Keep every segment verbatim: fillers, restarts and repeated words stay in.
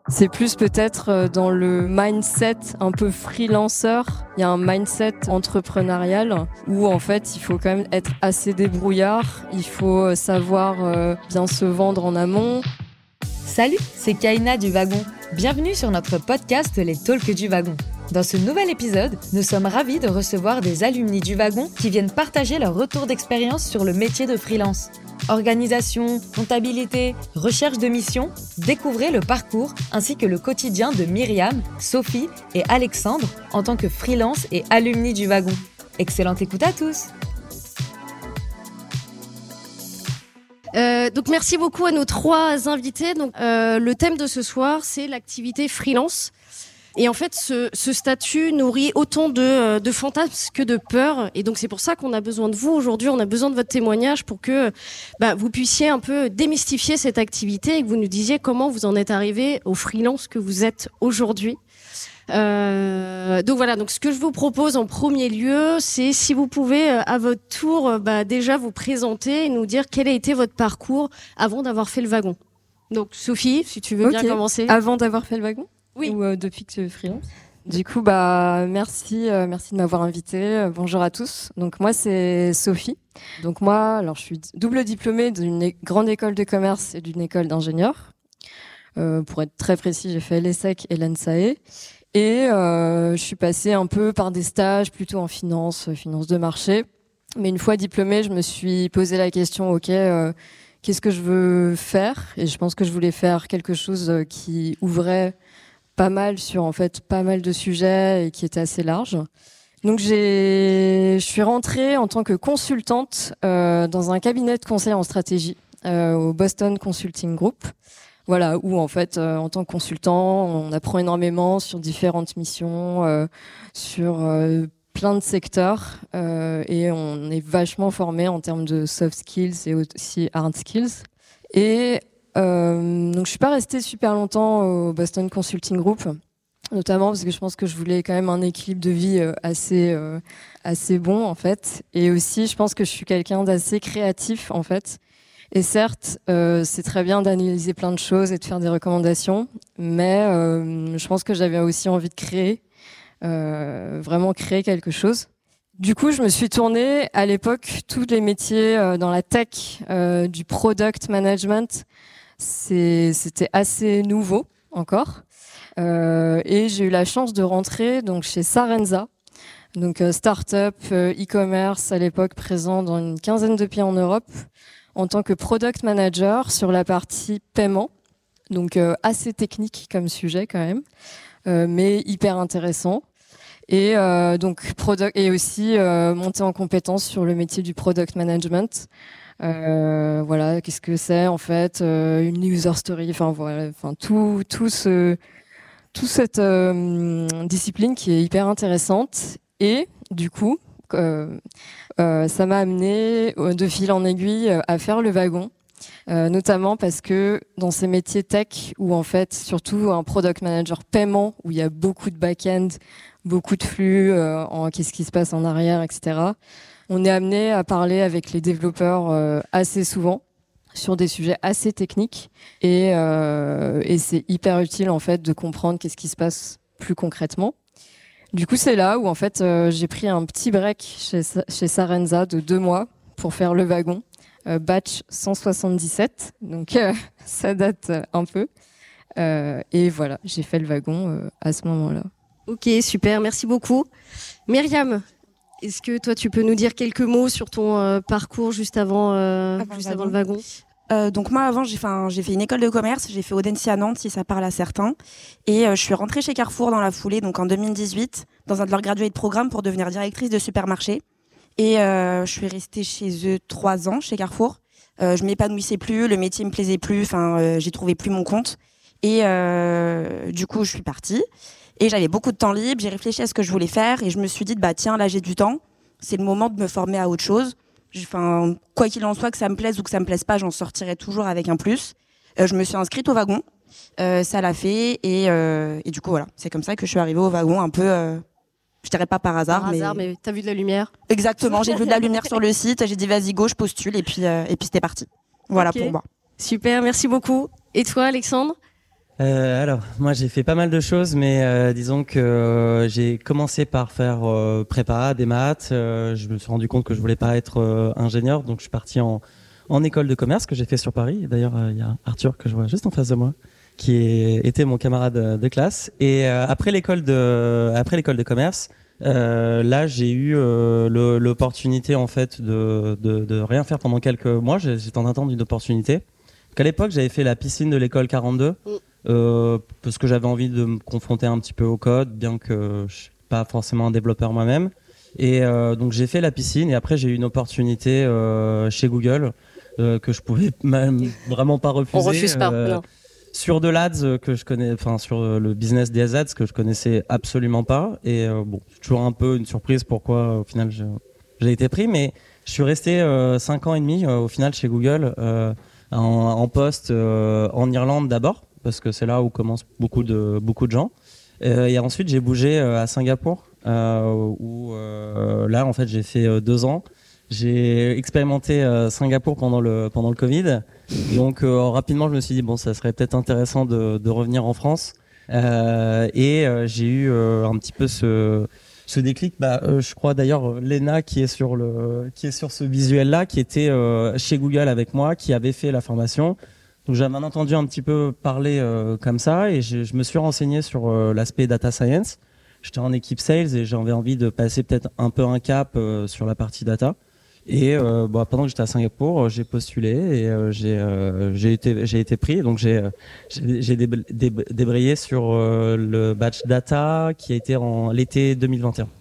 C'est plus peut-être dans le mindset un peu freelanceur. Il y a un mindset entrepreneurial où en fait il faut quand même être assez débrouillard. Il faut savoir euh, bien se vendre en amont. Salut, c'est Kaina du Wagon. Bienvenue sur notre podcast Les Talks du Wagon. Dans ce nouvel épisode, nous sommes ravis de recevoir des alumni du Wagon qui viennent partager leur retour d'expérience sur le métier de freelance. Organisation, comptabilité, recherche de mission, découvrez le parcours ainsi que le quotidien de Myriam, Sophie et Alexandre en tant que freelance et alumni du Wagon. Excellente écoute à tous. Euh, donc merci beaucoup à nos trois invités. Donc euh, le thème de ce soir, c'est l'activité freelance. Et en fait, ce, ce statut nourrit autant de, de fantasmes que de peurs. Et donc, c'est pour ça qu'on a besoin de vous aujourd'hui. On a besoin de votre témoignage pour que bah, vous puissiez un peu démystifier cette activité et que vous nous disiez comment vous en êtes arrivé au freelance que vous êtes aujourd'hui. Euh, donc voilà, donc ce que je vous propose en premier lieu, c'est si vous pouvez à votre tour bah, déjà vous présenter et nous dire quel a été votre parcours avant d'avoir fait le wagon. Donc Sophie, si tu veux okay. bien commencer. Avant d'avoir fait le wagon ? Oui. Ou euh, depuis que tu es freelance. Du coup, bah merci, euh, merci de m'avoir invitée. Euh, bonjour à tous. Donc moi, c'est Sophie. Donc moi, alors je suis double diplômée d'une é- grande école de commerce et d'une école d'ingénieur. Euh, pour être très précis, j'ai fait l'E S S E C et l'A N S A E. Et euh, je suis passée un peu par des stages, plutôt en finance, finance de marché. Mais une fois diplômée, je me suis posé la question, ok, euh, qu'est-ce que je veux faire ? Et je pense que je voulais faire quelque chose qui ouvrait pas mal sur en fait pas mal de sujets et qui était assez large. Donc j'ai, je suis rentrée en tant que consultante euh, dans un cabinet de conseil en stratégie euh, au Boston Consulting Group. Voilà, où en fait euh, en tant que consultant, on apprend énormément sur différentes missions, euh, sur euh, plein de secteurs euh, et on est vachement formé en termes de soft skills et aussi hard skills. Et Euh, donc je suis pas restée super longtemps au Boston Consulting Group, notamment parce que je pense que je voulais quand même un équilibre de vie euh, assez euh, assez bon en fait, et aussi je pense que je suis quelqu'un d'assez créatif en fait. Et certes, euh, c'est très bien d'analyser plein de choses et de faire des recommandations, mais euh, je pense que j'avais aussi envie de créer, euh, vraiment créer quelque chose. Du coup, je me suis tournée à l'époque tous les métiers euh, dans la tech, euh, du product management. C'est, c'était assez nouveau encore, euh, et j'ai eu la chance de rentrer donc chez Sarenza, donc euh, start-up euh, e-commerce à l'époque présent dans une quinzaine de pays en Europe, en tant que product manager sur la partie paiement, donc euh, assez technique comme sujet quand même, euh, mais hyper intéressant. Et euh, donc product et aussi euh, monter en compétence sur le métier du product management. Euh, voilà, qu'est-ce que c'est en fait euh, une user story, enfin voilà, enfin tout tout ce toute cette euh, discipline qui est hyper intéressante. Et du coup, euh, euh, ça m'a amené de fil en aiguille à faire le wagon. Euh, notamment parce que dans ces métiers tech où en fait surtout un product manager paiement où il y a beaucoup de back-end, beaucoup de flux, euh, en qu'est-ce qui se passe en arrière, et cetera. On est amené à parler avec les développeurs euh, assez souvent sur des sujets assez techniques et, euh, et c'est hyper utile en fait de comprendre qu'est-ce qui se passe plus concrètement. Du coup, c'est là où en fait euh, j'ai pris un petit break chez, chez Sarenza de deux mois pour faire le wagon. Euh, batch cent soixante-dix-sept, donc euh, ça date un peu. Euh, et voilà, j'ai fait le wagon euh, à ce moment-là. Ok, super, merci beaucoup. Myriam, est-ce que toi tu peux nous dire quelques mots sur ton euh, parcours juste avant, euh, avant, juste le, avant le wagon ? Euh, donc moi avant j'ai fait, un, j'ai fait une école de commerce, j'ai fait Audencia à Nantes si ça parle à certains, et euh, je suis rentrée chez Carrefour dans la foulée, donc en deux mille dix-huit, dans un de leurs graduate programmes pour devenir directrice de supermarché. Et euh, je suis restée chez eux trois ans, chez Carrefour. Euh, je m'épanouissais plus, le métier me plaisait plus, enfin, euh, j'y trouvais plus mon compte. Et euh, du coup, je suis partie. Et j'avais beaucoup de temps libre, j'ai réfléchi à ce que je voulais faire et je me suis dit, bah tiens, là j'ai du temps, c'est le moment de me former à autre chose. Enfin, quoi qu'il en soit, que ça me plaise ou que ça me plaise pas, j'en sortirai toujours avec un plus. Euh, je me suis inscrite au wagon, euh, ça l'a fait et, euh, et du coup voilà, c'est comme ça que je suis arrivée au wagon un peu... Euh, Je dirais pas par hasard, par mais... hasard, mais t'as vu de la lumière. Exactement, j'ai vu de la lumière sur le site, j'ai dit vas-y go, je postule et puis, euh, et puis c'était parti. Voilà okay. Pour moi. Super, merci beaucoup. Et toi Alexandre ? Euh, alors, moi, j'ai fait pas mal de choses, mais euh, disons que euh, j'ai commencé par faire euh, prépa, des maths. Euh, je me suis rendu compte que je voulais pas être euh, ingénieur, donc je suis parti en, en école de commerce que j'ai fait sur Paris. Et d'ailleurs, il euh, y a Arthur que je vois juste en face de moi, qui est, était mon camarade de, de classe. Et euh, après l'école de, après l'école de commerce, euh, là, j'ai eu euh, le, l'opportunité en fait de, de, de rien faire pendant quelques mois. J'étais en attente d'une opportunité. Donc à l'époque, j'avais fait la piscine de l'école quarante-deux. Mm. Euh, parce que j'avais envie de me confronter un petit peu au code, bien que je suis pas forcément un développeur moi-même. Et euh, donc j'ai fait la piscine et après j'ai eu une opportunité euh, chez Google euh, que je pouvais même vraiment pas refuser. On refuse pas. Euh, non. Sur de l'Ads que je connais, enfin sur le business des ads que je connaissais absolument pas. Et euh, bon, c'est toujours un peu une surprise pourquoi au final j'ai, j'ai été pris, mais je suis resté euh, cinq ans et demi euh, au final chez Google euh, en, en poste euh, en Irlande d'abord, parce que c'est là où commencent beaucoup de, beaucoup de gens. Euh, et ensuite, j'ai bougé euh, à Singapour, euh, où euh, là, en fait, j'ai fait euh, deux ans. J'ai expérimenté euh, Singapour pendant le, pendant le Covid. Donc, euh, rapidement, je me suis dit, bon, ça serait peut-être intéressant de, de revenir en France. Euh, et euh, j'ai eu euh, un petit peu ce, ce déclic. Bah, euh, je crois d'ailleurs, Léna, qui est sur, le, qui est sur ce visuel-là, qui était euh, chez Google avec moi, qui avait fait la formation. Donc j'avais entendu un petit peu parler euh, comme ça et je, je me suis renseigné sur euh, l'aspect data science. J'étais en équipe sales et j'avais envie de passer peut-être un peu un cap euh, sur la partie data. Et euh, bah, pendant que j'étais à Singapour, j'ai postulé et euh, j'ai, euh, j'ai, été, j'ai été pris. Donc j'ai, j'ai, j'ai dé, dé, débrayé sur euh, le batch data qui a été en l'été deux mille vingt et un.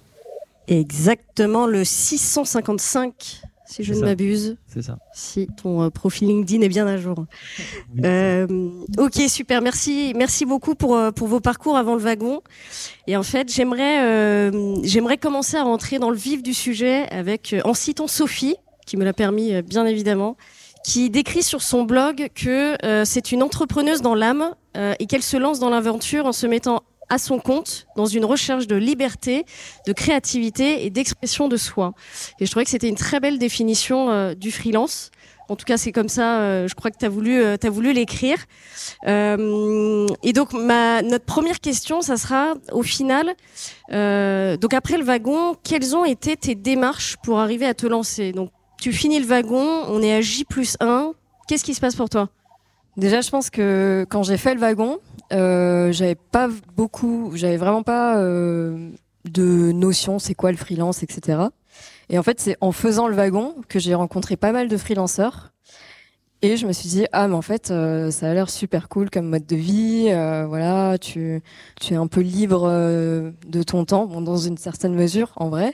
Exactement, le six cent cinquante-cinq. Si je c'est ne ça. m'abuse. C'est ça. Si ton euh, profil LinkedIn est bien à jour. Oui, euh, ok, super. Merci, merci beaucoup pour euh, pour vos parcours avant le wagon. Et en fait, j'aimerais euh, j'aimerais commencer à rentrer dans le vif du sujet avec euh, en citant Sophie, qui me l'a permis euh, bien évidemment, qui décrit sur son blog que euh, c'est une entrepreneuse dans l'âme euh, et qu'elle se lance dans l'aventure en se mettant à son compte, dans une recherche de liberté, de créativité et d'expression de soi. Et je trouvais que c'était une très belle définition euh, du freelance. En tout cas, c'est comme ça, euh, je crois que tu as voulu, euh, t'as voulu l'écrire. Euh, et donc, ma, notre première question, ça sera, au final, euh, donc après le wagon, quelles ont été tes démarches pour arriver à te lancer ? Donc, tu finis le wagon, on est à J plus un. Qu'est-ce qui se passe pour toi ? Déjà, je pense que quand j'ai fait le wagon, Euh, j'avais pas beaucoup, j'avais vraiment pas euh, de notion, c'est quoi le freelance, et cetera. Et en fait, c'est en faisant le wagon que j'ai rencontré pas mal de freelanceurs. Et je me suis dit, ah, mais en fait, euh, ça a l'air super cool comme mode de vie. Euh, voilà, tu, tu es un peu libre euh, de ton temps, bon, dans une certaine mesure, en vrai.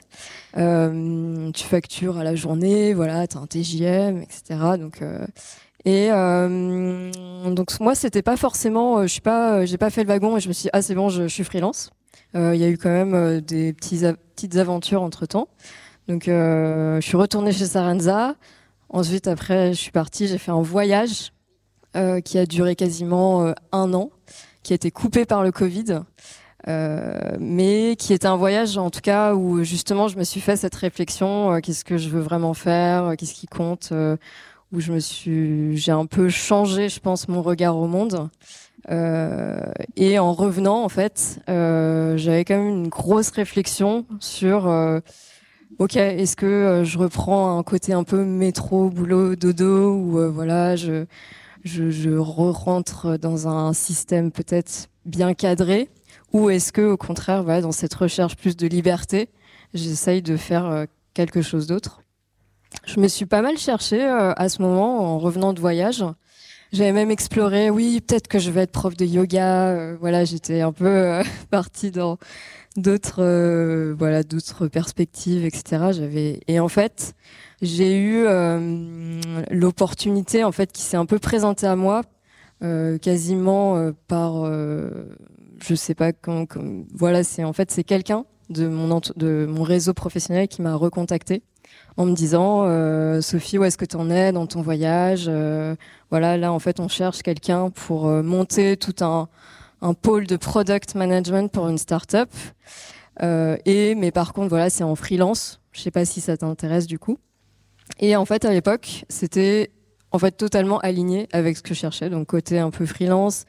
Euh, tu factures à la journée, voilà, t'as un T J M, et cetera. Donc, euh, Et euh, donc moi c'était pas forcément, euh, je suis pas, euh, j'ai pas fait le wagon et je me suis dit, ah c'est bon, je, je suis freelance. Il euh, y a eu quand même euh, des petits a- petites aventures entre temps. Donc euh, je suis retournée chez Sarenza. Ensuite après je suis partie, j'ai fait un voyage euh, qui a duré quasiment euh, un an, qui a été coupé par le Covid, euh, mais qui était un voyage en tout cas où justement je me suis fait cette réflexion, euh, qu'est-ce que je veux vraiment faire, euh, qu'est-ce qui compte. Euh, où je me suis, j'ai un peu changé, je pense, mon regard au monde. Euh, et en revenant, en fait, euh, j'avais quand même une grosse réflexion sur, euh, ok, est-ce que euh, je reprends un côté un peu métro, boulot, dodo, ou euh, voilà, je, je, je re-rentre dans un système peut-être bien cadré, ou est-ce que, au contraire, voilà, dans cette recherche plus de liberté, j'essaye de faire euh, quelque chose d'autre. Je me suis pas mal cherchée euh, à ce moment en revenant de voyage. J'avais même exploré, oui, peut-être que je vais être prof de yoga. Euh, voilà, j'étais un peu euh, partie dans d'autres, euh, voilà, d'autres perspectives, et cetera. J'avais et en fait, j'ai eu euh, l'opportunité en fait qui s'est un peu présentée à moi, euh, quasiment euh, par, euh, je sais pas quand, quand, voilà, c'est en fait c'est quelqu'un de mon ent- de mon réseau professionnel qui m'a recontacté en me disant euh, Sophie, où est-ce que tu en es dans ton voyage, euh, voilà, là en fait on cherche quelqu'un pour euh, monter tout un, un pôle de product management pour une start-up, euh, et mais par contre voilà, c'est en freelance, je sais pas si ça t'intéresse du coup. Et en fait à l'époque c'était en fait totalement aligné avec ce que je cherchais, donc côté un peu freelance,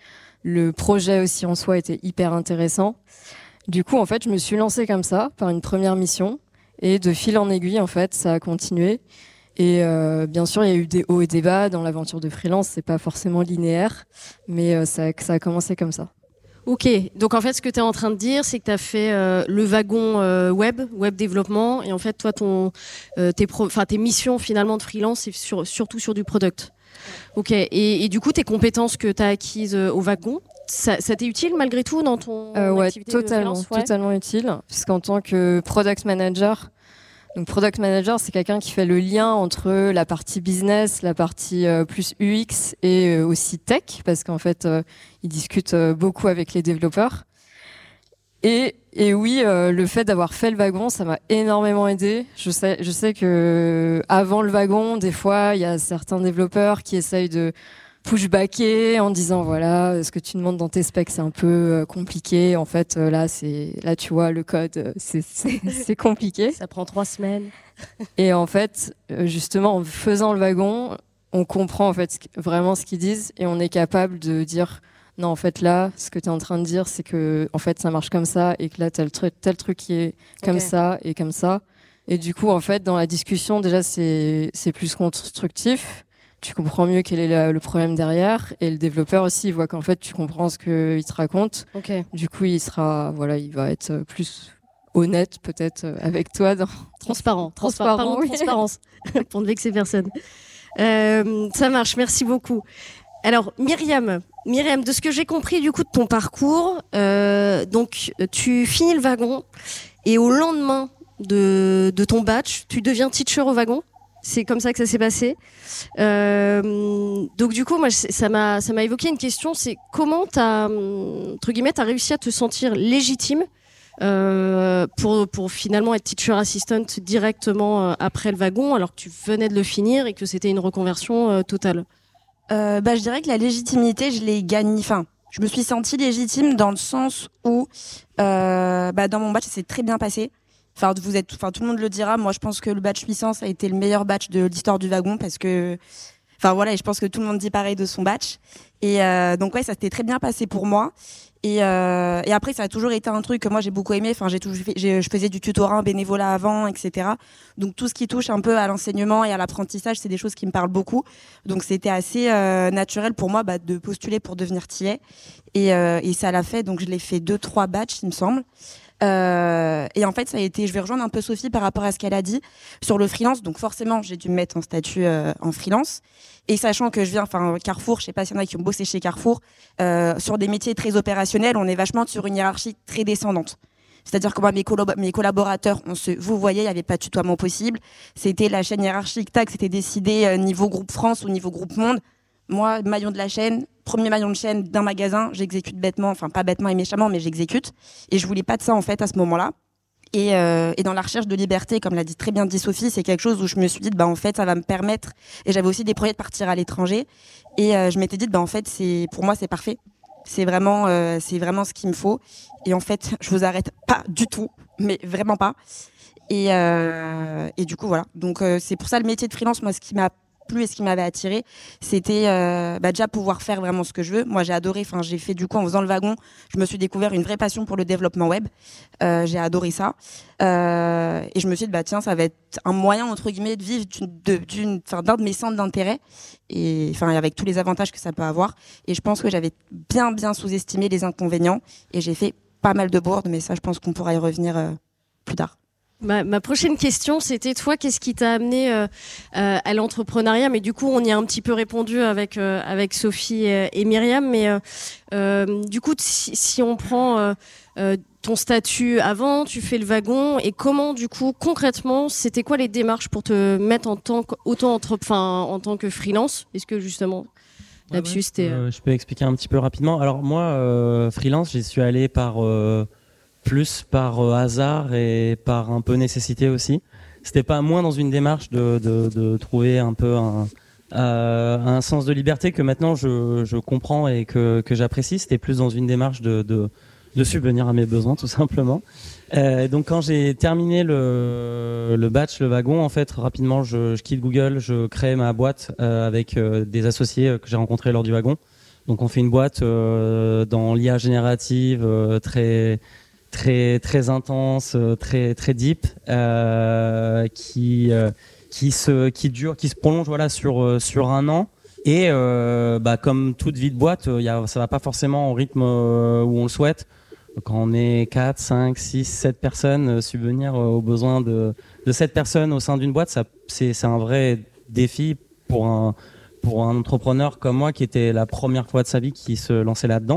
le projet aussi en soi était hyper intéressant. Du coup, en fait, je me suis lancée comme ça, par une première mission. Et de fil en aiguille, en fait, ça a continué. Et euh, bien sûr, il y a eu des hauts et des bas dans l'aventure de freelance. C'est pas forcément linéaire, mais euh, ça, ça a commencé comme ça. Ok, donc en fait, ce que tu es en train de dire, c'est que tu as fait euh, le wagon euh, web, web développement, et en fait, toi, ton, euh, tes, pro- tes missions finalement de freelance, c'est sur, surtout sur du product. Ok, et, et du coup, tes compétences que tu as acquises euh, au wagon, ça, ça t'est utile malgré tout dans ton euh, ouais, activité totalement, de freelance, ouais. totalement utile, puisqu'en tant que product manager, donc product manager, c'est quelqu'un qui fait le lien entre la partie business, la partie euh, plus U X et euh, aussi tech, parce qu'en fait, euh, il discute euh, beaucoup avec les développeurs. Et, et oui, euh, le fait d'avoir fait le wagon, ça m'a énormément aidé. Je sais, je sais que avant le wagon, des fois, il y a certains développeurs qui essayent de pushbacker en disant voilà, ce que tu demandes dans tes specs, c'est un peu euh, compliqué. En fait, euh, là, c'est là, tu vois, le code, euh, c'est, c'est, c'est compliqué. Ça prend trois semaines. Et en fait, euh, justement, en faisant le wagon, on comprend en fait vraiment ce qu'ils disent et on est capable de dire non, en fait, là, ce que tu es en train de dire, c'est que en fait, ça marche comme ça et que là, tel truc, tel truc qui est comme okay. ça et comme ça. Et du coup, en fait, dans la discussion, déjà, c'est, c'est plus constructif. Tu comprends mieux quel est le, le problème derrière. Et le développeur aussi, il voit qu'en fait, tu comprends ce qu'il te raconte. Okay. Du coup, il sera, voilà, il va être plus honnête, peut-être, avec toi. Dans... Transparent. Transparent. Pardon, oui. Transparence. Pour ne vexer personne. Euh, ça marche. Merci beaucoup. Alors, Myriam, Myriam, de ce que j'ai compris, du coup, de ton parcours, euh, donc, tu finis le wagon et au lendemain de, de ton batch, tu deviens teacher au wagon. C'est comme ça que ça s'est passé. Euh, donc du coup, moi, ça m'a, ça m'a évoqué une question, c'est comment t'as, entre guillemets, t'as réussi à te sentir légitime euh, pour, pour finalement être teacher assistant directement après le wagon, alors que tu venais de le finir et que c'était une reconversion euh, totale. Euh, bah, je dirais que la légitimité, je l'ai gagnée. Enfin, je me suis sentie légitime dans le sens où, euh, bah, dans mon batch, ça s'est très bien passé. Enfin, vous êtes, enfin, tout le monde le dira. Moi, je pense que le batch huit cents, ça a été le meilleur batch de l'histoire du wagon parce que, enfin, voilà, et je pense que tout le monde dit pareil de son batch. Et euh, donc, ouais, ça s'était très bien passé pour moi. Et, euh, et après, ça a toujours été un truc que moi, j'ai beaucoup aimé. Enfin, j'ai toujours fait, j'ai, je faisais du tutorat, bénévolat avant, et cetera. Donc, tout ce qui touche un peu à l'enseignement et à l'apprentissage, c'est des choses qui me parlent beaucoup. Donc, c'était assez euh, naturel pour moi bah, de postuler pour devenir T A. Et, euh, et ça l'a fait. Donc, je l'ai fait deux, trois batchs, il me semble. Euh, et en fait, ça a été, je vais rejoindre un peu Sophie par rapport à ce qu'elle a dit sur le freelance. Donc forcément, j'ai dû me mettre en statut euh, en freelance. Et sachant que je viens, enfin Carrefour, je sais pas s'il y en a qui ont bossé chez Carrefour, euh, sur des métiers très opérationnels, on est vachement sur une hiérarchie très descendante. C'est-à-dire que moi, mes, collab- mes collaborateurs, on se, vous voyez, il n'y avait pas de tutoiement possible. C'était la chaîne hiérarchique, tac, c'était décidé euh, niveau groupe France ou niveau groupe monde. Moi, maillon de la chaîne, premier maillon de chaîne d'un magasin, j'exécute bêtement, enfin pas bêtement et méchamment, mais j'exécute. Et je voulais pas de ça en fait à ce moment-là. Et, euh, et dans la recherche de liberté, comme l'a dit très bien dit Sophie, c'est quelque chose où je me suis dit, bah en fait, ça va me permettre. Et j'avais aussi des projets de partir à l'étranger. Et euh, je m'étais dit, bah en fait, c'est pour moi, c'est parfait. C'est vraiment, euh, c'est vraiment ce qu'il me faut. Et en fait, je vous arrête pas du tout, mais vraiment pas. Et, euh, et du coup, voilà. Donc euh, c'est pour ça le métier de freelance, moi, ce qui m'a plu et ce qui m'avait attiré, c'était euh, bah, déjà pouvoir faire vraiment ce que je veux. Moi, j'ai adoré, enfin, j'ai fait du coup en faisant le wagon, je me suis découvert une vraie passion pour le développement web. Euh, j'ai adoré ça. Euh, et je me suis dit, bah tiens, ça va être un moyen, entre guillemets, de vivre d'une, de, d'une, d'un de mes centres d'intérêt, et enfin, avec tous les avantages que ça peut avoir. Et je pense que j'avais bien, bien sous-estimé les inconvénients, et j'ai fait pas mal de boards, mais ça, je pense qu'on pourra y revenir euh, plus tard. Ma, ma prochaine question, c'était toi, qu'est-ce qui t'a amené euh, euh, à l'entrepreneuriat? Mais du coup, on y a un petit peu répondu avec euh, avec Sophie et, et Myriam. Mais euh, euh, du coup, si, si on prend euh, euh, ton statut avant, tu fais le wagon, et comment, du coup, concrètement, c'était quoi les démarches pour te mettre en tant qu'auto enfin en tant que freelance? Est-ce que justement là-dessus, ouais, ouais. c'était euh, je peux expliquer un petit peu rapidement. Alors moi, euh, freelance, j'y suis allé par euh, plus par euh, hasard et par un peu nécessité aussi. C'était pas moins dans une démarche de, de, de trouver un peu un, euh, un sens de liberté que maintenant je, je comprends et que, que j'apprécie. C'était plus dans une démarche de, de, de subvenir à mes besoins, tout simplement. Euh, donc quand j'ai terminé le, le batch, le wagon, en fait, rapidement, je, je quitte Google, je crée ma boîte euh, avec euh, des associés que j'ai rencontrés lors du wagon. Donc on fait une boîte euh, dans l'I A générative euh, très très très intense, très très deep, euh, qui euh, qui se qui dure, qui se prolonge voilà sur sur un an. Et euh, bah, comme toute vie de boîte, y a, ça va pas forcément au rythme euh, où on le souhaite. Quand on est quatre, cinq, six, sept personnes, euh, subvenir aux besoins de de sept personnes au sein d'une boîte, ça c'est c'est un vrai défi pour un pour un entrepreneur comme moi qui était la première fois de sa vie qui se lançait là-dedans.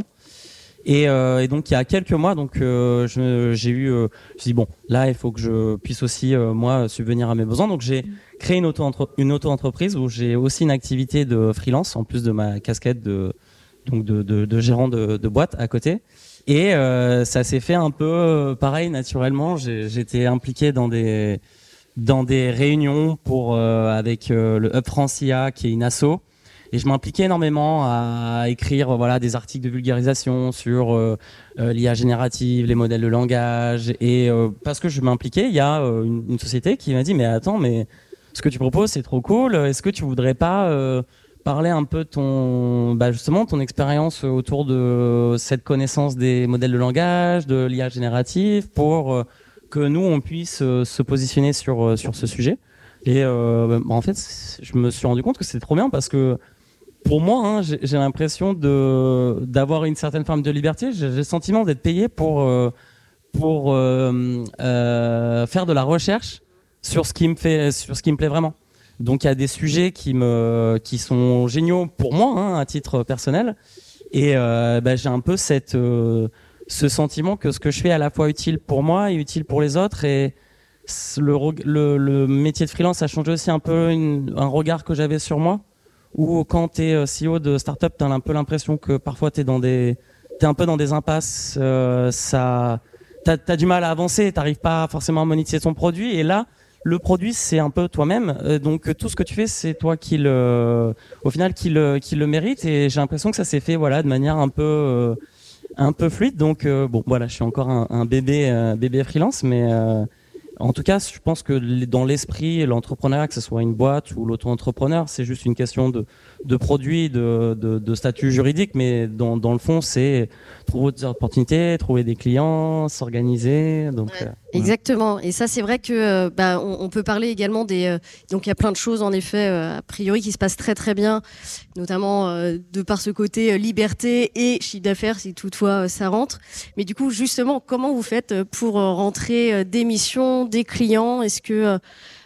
Et, euh, et donc il y a quelques mois, donc euh, je, j'ai eu, euh, je me suis dit bon, là il faut que je puisse aussi euh, moi subvenir à mes besoins. Donc j'ai créé une auto une auto-entreprise où j'ai aussi une activité de freelance en plus de ma casquette de donc de, de, de gérant de, de boîte à côté. Et euh, ça s'est fait un peu euh, pareil naturellement. J'ai, j'étais impliqué dans des dans des réunions pour euh, avec euh, le Hub France I A qui est une asso. Et je m'impliquais énormément à écrire voilà des articles de vulgarisation sur euh, euh, l'I A générative, les modèles de langage. Et euh, parce que je m'impliquais, il y a euh, une, une société qui m'a dit mais attends, mais ce que tu proposes c'est trop cool. Est-ce que tu voudrais pas euh, parler un peu de ton bah justement ton expérience autour de cette connaissance des modèles de langage, de l'I A générative, pour euh, que nous on puisse euh, se positionner sur euh, sur ce sujet. Et euh, bah, en fait, je me suis rendu compte que c'était trop bien parce que pour moi, hein, j'ai, j'ai l'impression de d'avoir une certaine forme de liberté. J'ai, j'ai le sentiment d'être payé pour euh, pour euh, euh, faire de la recherche sur ce qui me fait, sur ce qui me plaît vraiment. Donc il y a des sujets qui me qui sont géniaux pour moi, hein, à titre personnel. Et euh, bah, j'ai un peu cette euh, ce sentiment que ce que je fais est à la fois utile pour moi et utile pour les autres. Et le le, le métier de freelance a changé aussi un peu une, un regard que j'avais sur moi. Ou quand tu es C E O de start-up, tu as un peu l'impression que parfois tu es dans des t'es un peu dans des impasses, euh, ça t'as as du mal à avancer, tu n'arrives pas forcément à monétiser ton produit, et là le produit c'est un peu toi-même, euh, donc tout ce que tu fais c'est toi qui le au final qui le qui le mérite, et j'ai l'impression que ça s'est fait voilà de manière un peu euh, un peu fluide. Donc euh, bon voilà, je suis encore un, un bébé euh, bébé freelance, mais euh, en tout cas, je pense que dans l'esprit, l'entrepreneuriat, que ce soit une boîte ou l'auto-entrepreneur, c'est juste une question de, de produit, de, de, de statut juridique, mais dans, dans le fond, c'est trouver des opportunités, trouver des clients, s'organiser. Donc, ouais, euh, exactement. Et ça, c'est vrai que euh, bah, on, on peut parler également des. Euh, donc, il y a plein de choses, en effet, euh, a priori, qui se passent très très bien, notamment euh, de par ce côté euh, liberté et chiffre d'affaires, si toutefois euh, ça rentre. Mais du coup, justement, comment vous faites pour euh, rentrer euh, des missions, des clients? Est-ce que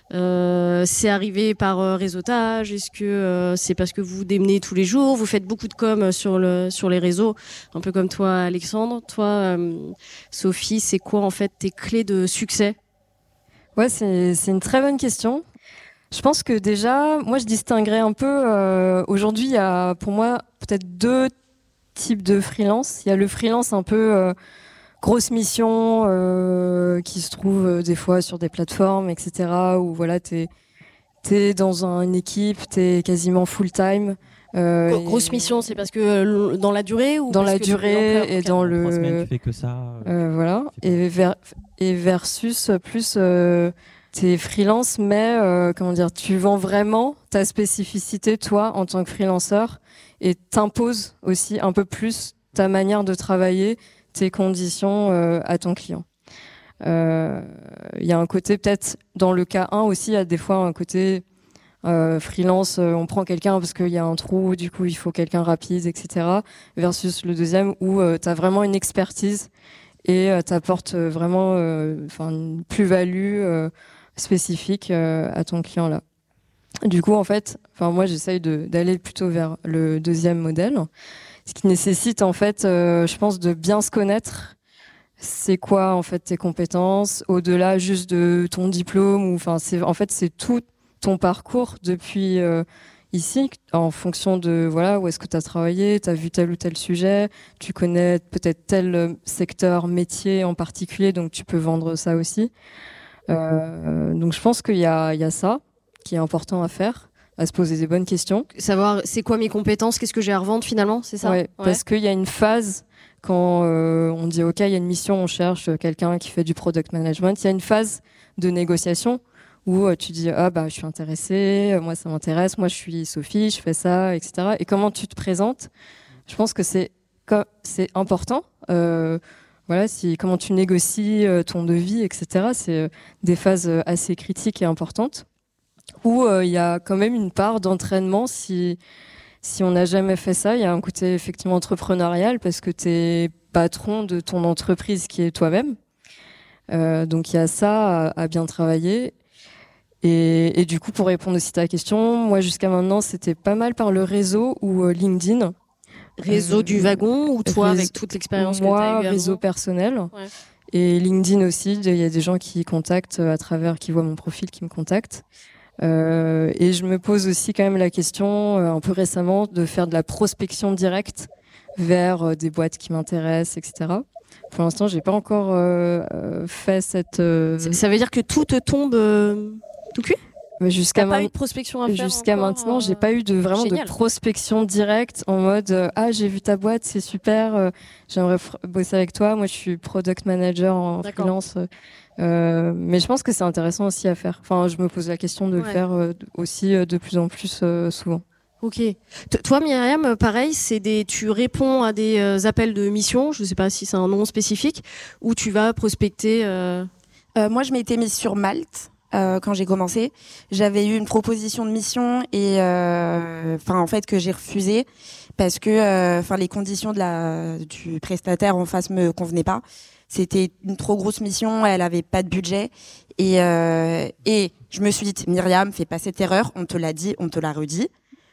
euh, c'est arrivé par euh, réseautage? Est-ce que euh, c'est parce que vous démenez tous les jours? Vous faites beaucoup de com sur le sur les réseaux, un peu comme toi, Alexandre. Toi, euh, Sophie, c'est quoi en fait tes clés de succès? Ouais, c'est c'est une très bonne question. Je pense que déjà, moi, je distinguerais un peu. Euh, aujourd'hui, il y a pour moi peut-être deux types de freelance. Il y a le freelance un peu euh, grosse mission euh, qui se trouve euh, des fois sur des plateformes, et cetera. Où voilà, t'es t'es dans un, une équipe, t'es quasiment full time. Euh, grosse et... mission, c'est parce que euh, dans la durée ou dans parce la que durée et dans le. Trois semaines, tu fais que ça. Euh, voilà. Et, ver... et versus plus. Euh, T'es freelance, mais euh, comment dire, tu vends vraiment ta spécificité, toi, en tant que freelanceur, et t'imposes aussi un peu plus ta manière de travailler, tes conditions euh, à ton client. Il euh, y a un côté, peut-être, dans le cas un aussi, il y a des fois un côté euh, freelance, euh, on prend quelqu'un parce qu'il y a un trou, du coup, il faut quelqu'un rapide, et cetera. Versus le deuxième, où euh, t'as vraiment une expertise et euh, t'apportes vraiment euh, une plus-value euh, spécifique euh, à ton client là. Du coup, en fait, enfin moi j'essaye de d'aller plutôt vers le deuxième modèle, ce qui nécessite en fait, euh, je pense, de bien se connaître. C'est quoi en fait tes compétences, au-delà juste de ton diplôme, ou enfin c'est en fait c'est tout ton parcours depuis euh, ici, en fonction de voilà où est-ce que tu as travaillé, tu as vu tel ou tel sujet, tu connais peut-être tel secteur métier en particulier, donc tu peux vendre ça aussi. Euh, donc je pense qu'il y a, il y a ça qui est important à faire, à se poser des bonnes questions. Savoir c'est quoi mes compétences, qu'est-ce que j'ai à revendre finalement, c'est ça? Ouais, ouais. Parce qu'il y a une phase quand euh, on dit ok, il y a une mission, on cherche quelqu'un qui fait du product management, il y a une phase de négociation où euh, tu dis ah bah je suis intéressée, moi ça m'intéresse, moi je suis Sophie, je fais ça, et cetera. Et comment tu te présentes je pense que c'est, c'est important. Euh, voilà, si, comment tu négocies ton devis, et cetera. C'est des phases assez critiques et importantes où il euh, y a quand même une part d'entraînement. Si, si on n'a jamais fait ça, il y a un côté effectivement entrepreneurial parce que tu es patron de ton entreprise qui est toi-même. Euh, donc il y a ça à, à bien travailler. Et, et du coup, pour répondre aussi à ta question, moi jusqu'à maintenant, c'était pas mal par le réseau ou euh, LinkedIn. Réseau euh, du wagon ou toi réseau, avec toute l'expérience moi, que tu as eu avant? Réseau personnel. Ouais. Et LinkedIn aussi, il y a des gens qui contactent à travers, qui voient mon profil, qui me contactent. Euh, et je me pose aussi quand même la question, euh, un peu récemment, de faire de la prospection directe vers euh, des boîtes qui m'intéressent, et cetera. Pour l'instant, j'ai pas encore euh, fait cette. Euh... Ça veut dire que tout te tombe euh, tout cuit? Mais jusqu'à ma... pas eu de prospection à faire jusqu'à encore, maintenant, euh... j'ai pas eu de vraiment Génial. de prospection directe en mode euh, ah j'ai vu ta boîte, c'est super, euh, j'aimerais f- bosser avec toi. Moi, je suis product manager en D'accord. freelance, euh, mais je pense que c'est intéressant aussi à faire. Enfin, je me pose la question de ouais. le faire euh, aussi euh, de plus en plus euh, souvent. Ok. T- toi, Myriam, pareil, c'est des, tu réponds à des euh, appels de mission. Je sais pas si c'est un nom spécifique, ou tu vas prospecter. Euh... Euh, moi, je m'étais mise sur Malte. Euh, quand j'ai commencé, j'avais eu une proposition de mission et euh, enfin en fait que j'ai refusé parce que enfin euh, les conditions de la du prestataire en face me convenaient pas. C'était une trop grosse mission, elle avait pas de budget et euh, et je me suis dit Myriam, fais pas cette erreur, on te l'a dit, on te l'a redit.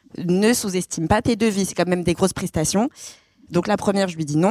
Ne sous-estime pas tes devis, c'est quand même des grosses prestations. Donc la première, je lui dis non.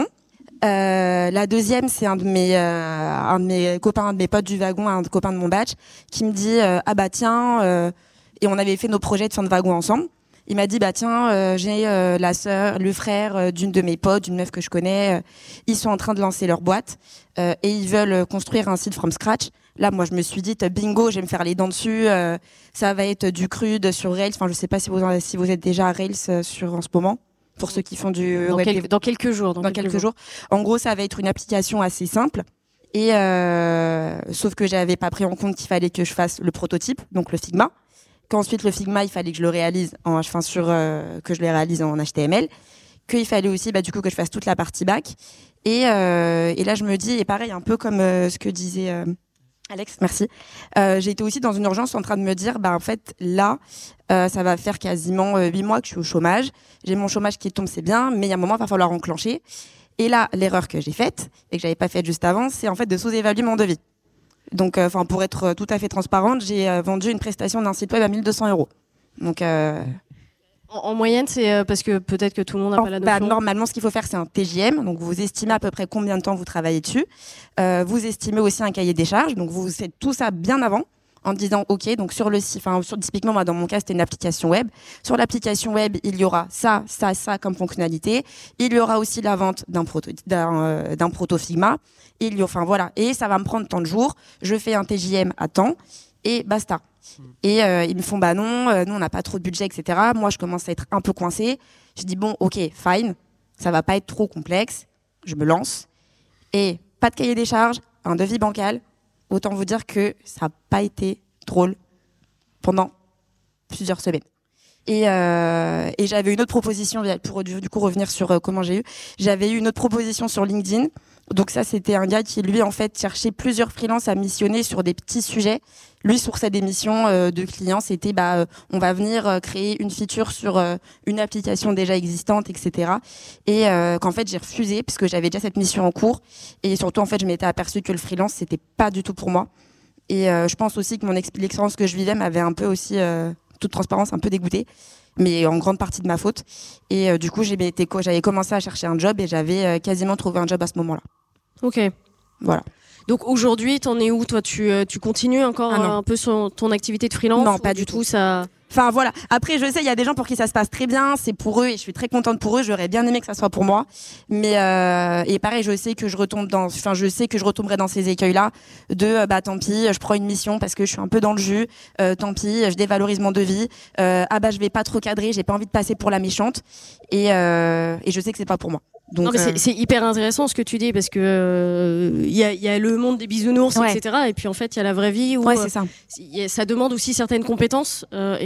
Euh, la deuxième, c'est un de mes, euh, un de mes copains, un de mes potes du wagon, un copain de mon batch, qui me dit euh, ah bah tiens, euh, et on avait fait nos projets de fin de wagon ensemble. Il m'a dit bah tiens, euh, j'ai euh, la sœur, le frère euh, d'une de mes potes, d'une meuf que je connais, euh, ils sont en train de lancer leur boîte euh, et ils veulent construire un site from scratch. Là, moi, je me suis dit bingo, je vais me faire les dents dessus. Euh, ça va être du crude sur Rails. Enfin, je sais pas si vous si vous êtes déjà à Rails euh, sur en ce moment. Pour ceux qui font du dans, web quel, dans quelques jours. Dans, dans quelques, quelques jours. jours. En gros, ça va être une application assez simple. Et euh, sauf que j'avais pas pris en compte qu'il fallait que je fasse le prototype, donc le Figma. Qu'ensuite le Figma, il fallait que je le réalise en, enfin sur euh, que je le réalise en H T M L. Qu'il fallait aussi, bah du coup, que je fasse toute la partie back. Et euh, et là, je me dis, et pareil, un peu comme euh, ce que disait. Euh, Alex, merci. Euh, j'ai été aussi dans une urgence en train de me dire, bah en fait là, euh, ça va faire quasiment huit mois que je suis au chômage. J'ai mon chômage qui tombe, c'est bien, mais il y a un moment, il va falloir enclencher. Et là, l'erreur que j'ai faite et que j'avais pas faite juste avant, c'est en fait de sous-évaluer mon devis. Donc, enfin, euh, pour être tout à fait transparente, j'ai euh, vendu une prestation d'un site web à mille deux cents euros. Donc euh... En, en moyenne, c'est euh, parce que peut-être que tout le monde n'a pas la notion. Bah, normalement, ce qu'il faut faire, c'est un T J M. Donc, vous estimez à peu près combien de temps vous travaillez dessus. Euh, vous estimez aussi un cahier des charges. Donc, vous faites tout ça bien avant en disant, OK, donc sur le site, enfin, typiquement, moi, dans mon cas, c'était une application web. Sur l'application web, il y aura ça, ça, ça comme fonctionnalité. Il y aura aussi la vente d'un proto, d'un, euh, d'un proto Figma. Il y, enfin, voilà. Et ça va me prendre tant de jours. Je fais un T J M à temps et basta. Et euh, ils me font bah non, euh, nous on n'a pas trop de budget, et cetera. Moi je commence à être un peu coincée. Je dis bon, ok, fine, ça va pas être trop complexe. Je me lance et pas de cahier des charges, un devis bancal. Autant vous dire que ça n'a pas été drôle pendant plusieurs semaines. Et, euh, et j'avais une autre proposition pour du, du coup revenir sur euh, comment j'ai eu. J'avais eu une autre proposition sur LinkedIn. Donc ça, c'était un gars qui, lui, en fait, cherchait plusieurs freelances à missionner sur des petits sujets. Lui, sur sa démission euh, de clients, c'était bah, euh, on va venir euh, créer une feature sur euh, une application déjà existante, et cetera. Et euh, qu'en fait, j'ai refusé parce que j'avais déjà cette mission en cours. Et surtout, en fait, je m'étais aperçue que le freelance, c'était pas du tout pour moi. Et euh, je pense aussi que mon expérience que je vivais m'avait un peu aussi, euh, toute transparence, un peu dégoûtée. Mais en grande partie de ma faute. Et euh, du coup, j'ai été, j'avais commencé à chercher un job et j'avais euh, quasiment trouvé un job à ce moment-là. Ok. Voilà. Donc aujourd'hui, t'en es où toi? Tu euh, tu continues encore ah un peu sur ton activité de freelance? Non, pas du, du tout. tout. Ça. Enfin voilà. Après, je sais, il y a des gens pour qui ça se passe très bien, c'est pour eux et je suis très contente pour eux. J'aurais bien aimé que ça soit pour moi, mais euh, et pareil, je sais que je retombe dans, enfin je sais que je retomberai dans ces écueils-là de euh, bah tant pis, je prends une mission parce que je suis un peu dans le jus. Euh, tant pis, je dévalorise mon devis. Euh, ah bah je vais pas trop cadrer, j'ai pas envie de passer pour la méchante et euh, et je sais que c'est pas pour moi. Donc, non, mais euh... c'est, c'est hyper intéressant ce que tu dis parce que il euh, y, a, y a le monde des bisounours, ouais. et cetera. Et puis en fait, il y a la vraie vie où ouais, c'est ça. Euh, ça demande aussi certaines compétences euh, et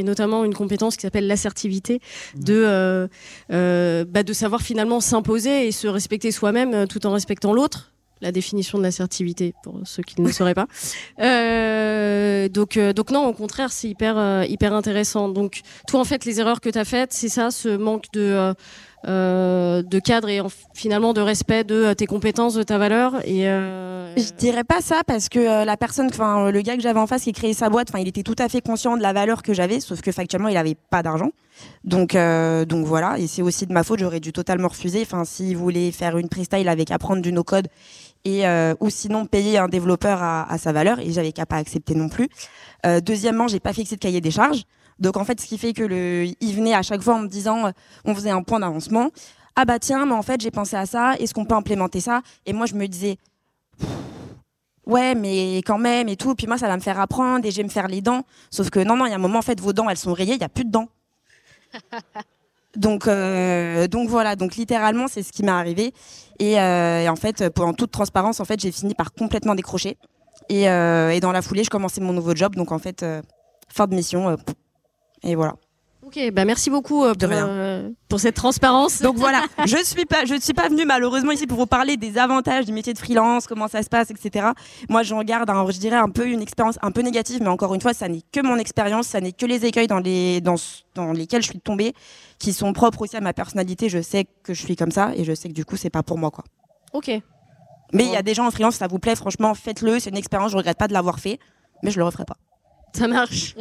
notamment une compétence qui s'appelle l'assertivité, mmh. de, euh, euh, bah, de savoir finalement s'imposer et se respecter soi-même euh, tout en respectant l'autre. La définition de l'assertivité, pour ceux qui ne le sauraient pas. Euh, donc, euh, donc non, au contraire, c'est hyper, euh, hyper intéressant. Donc, toi, en fait, les erreurs que tu as faites, c'est ça, ce manque de, euh, euh, de cadre et en, finalement de respect de euh, tes compétences, de ta valeur. Et euh, je dirais pas ça parce que euh, la personne, enfin, le gars que j'avais en face qui créait sa boîte, enfin, il était tout à fait conscient de la valeur que j'avais, sauf que factuellement, il avait pas d'argent. Donc, euh, donc voilà, et c'est aussi de ma faute, j'aurais dû totalement refuser. Enfin, s'il voulait faire une presta, il avait qu'à prendre du no-code. Et euh, ou sinon payer un développeur à, à sa valeur, et j'avais qu'à pas accepter non plus. Euh, deuxièmement, j'ai pas fixé de cahier des charges, donc en fait ce qui fait que le il venait à chaque fois en me disant euh, on faisait un point d'avancement, ah bah tiens mais en fait j'ai pensé à ça, est-ce qu'on peut implémenter ça? Et moi je me disais ouais mais quand même et tout, puis moi ça va me faire apprendre et je vais me faire les dents, sauf que non non il y a un moment en fait vos dents elles sont rayées, il y a plus de dents. Donc, euh, donc voilà, donc littéralement c'est ce qui m'est arrivé et, euh, et en fait pour, en toute transparence en fait j'ai fini par complètement décrocher et, euh, et dans la foulée je commençais mon nouveau job, donc en fait euh, fin de mission euh, et voilà. Ok, bah merci beaucoup euh, pour, euh, pour cette transparence. Donc voilà, je suis pas, je ne suis pas venue malheureusement ici pour vous parler des avantages du métier de freelance, comment ça se passe, et cetera. Moi, j'en garde, un, je dirais, un peu une expérience un peu négative, mais encore une fois, ça n'est que mon expérience, ça n'est que les écueils dans, les, dans, dans lesquels je suis tombée, qui sont propres aussi à ma personnalité. Je sais que je suis comme ça et je sais que du coup, c'est pas pour moi, quoi. Ok. Mais il bon. y a des gens en freelance, ça vous plaît, franchement, faites-le. C'est une expérience, je regrette pas de l'avoir fait, mais je le referai pas. Ça marche.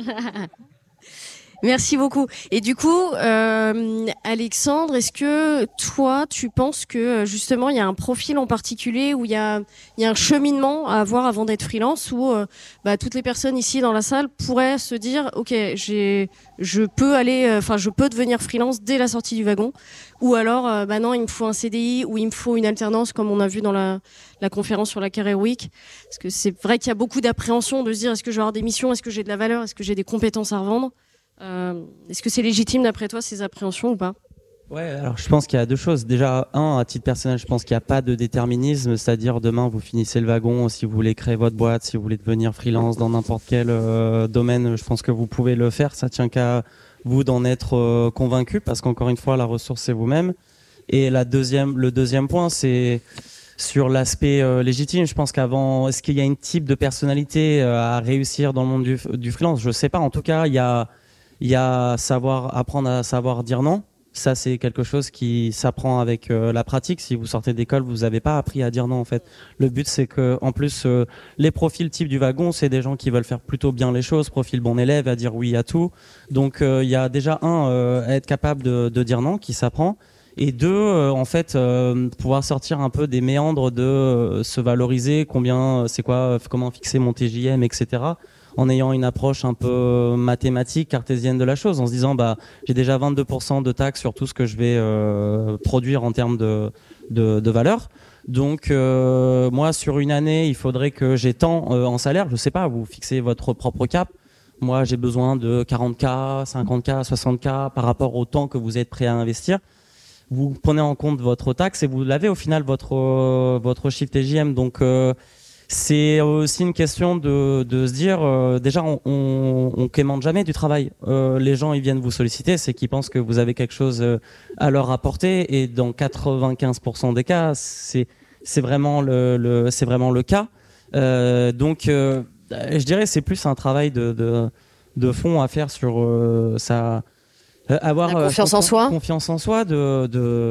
Merci beaucoup. Et du coup, euh, Alexandre, est-ce que toi, tu penses que justement, il y a un profil en particulier où il y a, il y a un cheminement à avoir avant d'être freelance, où euh, bah, toutes les personnes ici dans la salle pourraient se dire, ok, j'ai, je peux aller, enfin, euh, je peux devenir freelance dès la sortie du wagon, ou alors, euh, bah non, il me faut un C D I ou il me faut une alternance, comme on a vu dans la, la conférence sur la Career Week. Parce que c'est vrai qu'il y a beaucoup d'appréhension de se dire, est-ce que je vais avoir des missions, est-ce que j'ai de la valeur, est-ce que j'ai des compétences à revendre? Euh, est-ce que c'est légitime d'après toi ces appréhensions ou pas? Ouais, alors je pense qu'il y a deux choses. Déjà, un, à titre personnel, je pense qu'il n'y a pas de déterminisme, c'est-à-dire demain vous finissez le wagon, si vous voulez créer votre boîte, si vous voulez devenir freelance dans n'importe quel euh, domaine, je pense que vous pouvez le faire. Ça tient qu'à vous d'en être euh, convaincu, parce qu'encore une fois, la ressource c'est vous-même. Et la deuxième, le deuxième point, c'est sur l'aspect euh, légitime. Je pense qu'avant, est-ce qu'il y a un type de personnalité euh, à réussir dans le monde du, du freelance? Je sais pas. En tout cas, il y a Il y a savoir apprendre à savoir dire non. Ça, c'est quelque chose qui s'apprend avec euh, la pratique. Si vous sortez d'école, vous n'avez pas appris à dire non, en fait. Le but, c'est que, en plus, euh, les profils type du wagon, c'est des gens qui veulent faire plutôt bien les choses, profil bon élève, à dire oui à tout. Donc, il euh, y a déjà un, euh, être capable de, de dire non, qui s'apprend. Et deux, euh, en fait, euh, pouvoir sortir un peu des méandres de euh, se valoriser, combien, c'est quoi, comment fixer mon T J M, et cetera, en ayant une approche un peu mathématique, cartésienne de la chose, en se disant bah j'ai déjà vingt-deux pour cent de taxes sur tout ce que je vais euh, produire en termes de, de, de valeur. Donc euh, moi sur une année, il faudrait que j'ai tant euh, en salaire, je sais pas, vous fixez votre propre cap. Moi j'ai besoin de quarante K, cinquante K, soixante K par rapport au temps que vous êtes prêt à investir. Vous prenez en compte votre taxe et vous l'avez au final votre euh, votre chiffre T J M. Donc euh, c'est aussi une question de, de se dire, euh, déjà, on, on, on quémande jamais du travail. Euh, les gens, ils viennent vous solliciter, c'est qu'ils pensent que vous avez quelque chose à leur apporter, et dans quatre-vingt-quinze pour cent des cas, c'est, c'est vraiment le, le, c'est vraiment le cas. Euh, donc, euh, je dirais, c'est plus un travail de, de, de fond à faire sur euh, sa Euh, avoir la confiance euh, en soi, confiance en soi, de